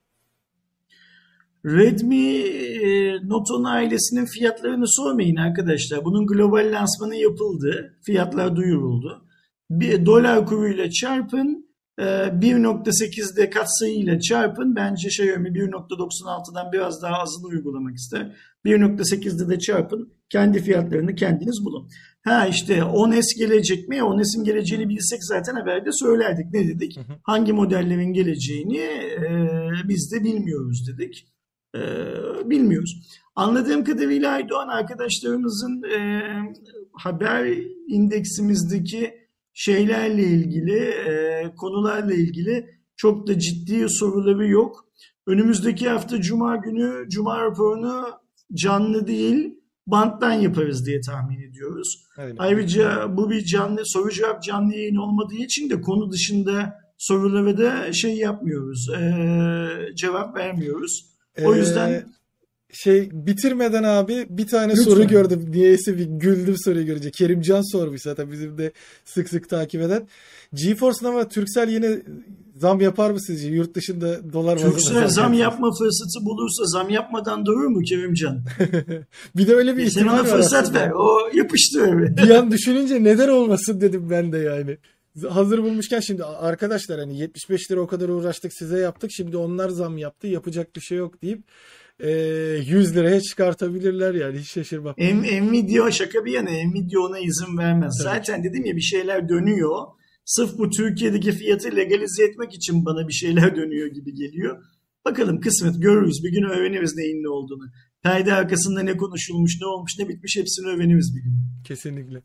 Redmi e, Note on ailesinin fiyatlarını sormayın arkadaşlar. Bunun global lansmanı yapıldı. Fiyatlar duyuruldu. Bir dolar kuruyla çarpın, e, bir nokta sekizde katsayıyla çarpın. Bence Xiaomi bir nokta doksan altıdan biraz daha azını uygulamak ister. bir nokta sekizde de çarpın. Kendi fiyatlarını kendiniz bulun. Ha işte on S gelecek mi? on S'in geleceğini bilsek zaten haberde söylerdik. Ne dedik? Hı hı. Hangi modellerin geleceğini e, biz de bilmiyoruz dedik. Ee, bilmiyoruz. Anladığım kadarıyla Aydoğan arkadaşlarımızın e, haber indeksimizdeki şeylerle ilgili, e, konularla ilgili çok da ciddi soruları yok. Önümüzdeki hafta Cuma günü Cuma raporunu canlı değil, banttan yaparız diye tahmin ediyoruz. Öyle. Ayrıca bu bir canlı soru cevap canlı yayın olmadığı için de konu dışında sorulara da şey yapmıyoruz, e, cevap vermiyoruz. O yüzden Ee, Şey bitirmeden abi bir tane soru lütfen. gördüm. Niyeyse bir güldüm soruyu görünce. Kerimcan sormuş zaten bizim de sık sık takip eden. GeForce Now Turkcell yine zam yapar mı sizce? Yurt dışında dolar bazında Türksel zam zam yapıyor. yapma fırsatı bulursa zam yapmadan durur mu Kerimcan? Bir de öyle bir E sen ona ihtimal var fırsat aslında. ver. O yapıştı öyle. Bir an düşününce neden olmasın dedim ben de yani. Hazır bulmuşken şimdi arkadaşlar hani yetmiş beş lira o kadar uğraştık size yaptık. Şimdi onlar zam yaptı. Yapacak bir şey yok deyip e, yüz liraya çıkartabilirler yani hiç şaşırmam. Em, Nvidia şaka bir yana Nvidia ona izin vermez. Tabii ki. Zaten dedim ya bir şeyler dönüyor. Sırf bu Türkiye'deki fiyatı legalize etmek için bana bir şeyler dönüyor gibi geliyor. Bakalım kısmet görürüz. Bir gün öğreniriz neyin ne olduğunu. Perde arkasında ne konuşulmuş, ne olmuş, ne bitmiş hepsini öğreniriz bir gün. Kesinlikle.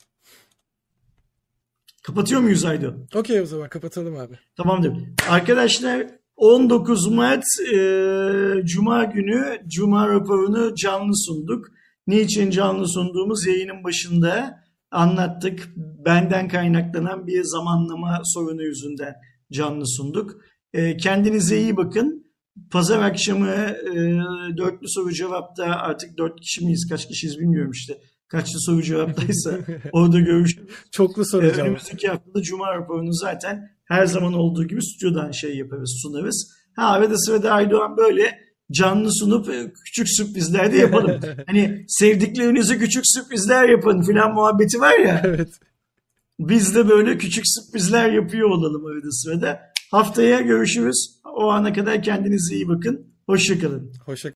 Kapatıyor muyuz Aydo? Okey, o zaman kapatalım abi. Tamamdır. Arkadaşlar on dokuz Mart e, Cuma günü Cuma raporunu canlı sunduk. Niçin canlı sunduğumuz yayının başında anlattık. Benden kaynaklanan bir zamanlama sorunu yüzünden canlı sunduk. E, kendinize iyi bakın. Pazar akşamı e, dörtlü soru cevapta artık dört kişi miyiz kaç kişiyiz bilmiyorum işte. Kaçlı soru cevaptaysa orada görüşürüz. Çoklu Ee, soracağım. önümüzdeki haftada Cuma raporunu zaten her zaman olduğu gibi stüdyodan şey yaparız, sunarız. Ha arada sırada Aydoğan böyle canlı sunup e, küçük sürprizler de yapalım. Hani sevdiklerinize küçük sürprizler yapın filan muhabbeti var ya. Evet. Biz de böyle küçük sürprizler yapıyor olalım arada sırada. Haftaya görüşürüz. O ana kadar kendinize iyi bakın. Hoşça kalın. Hoşça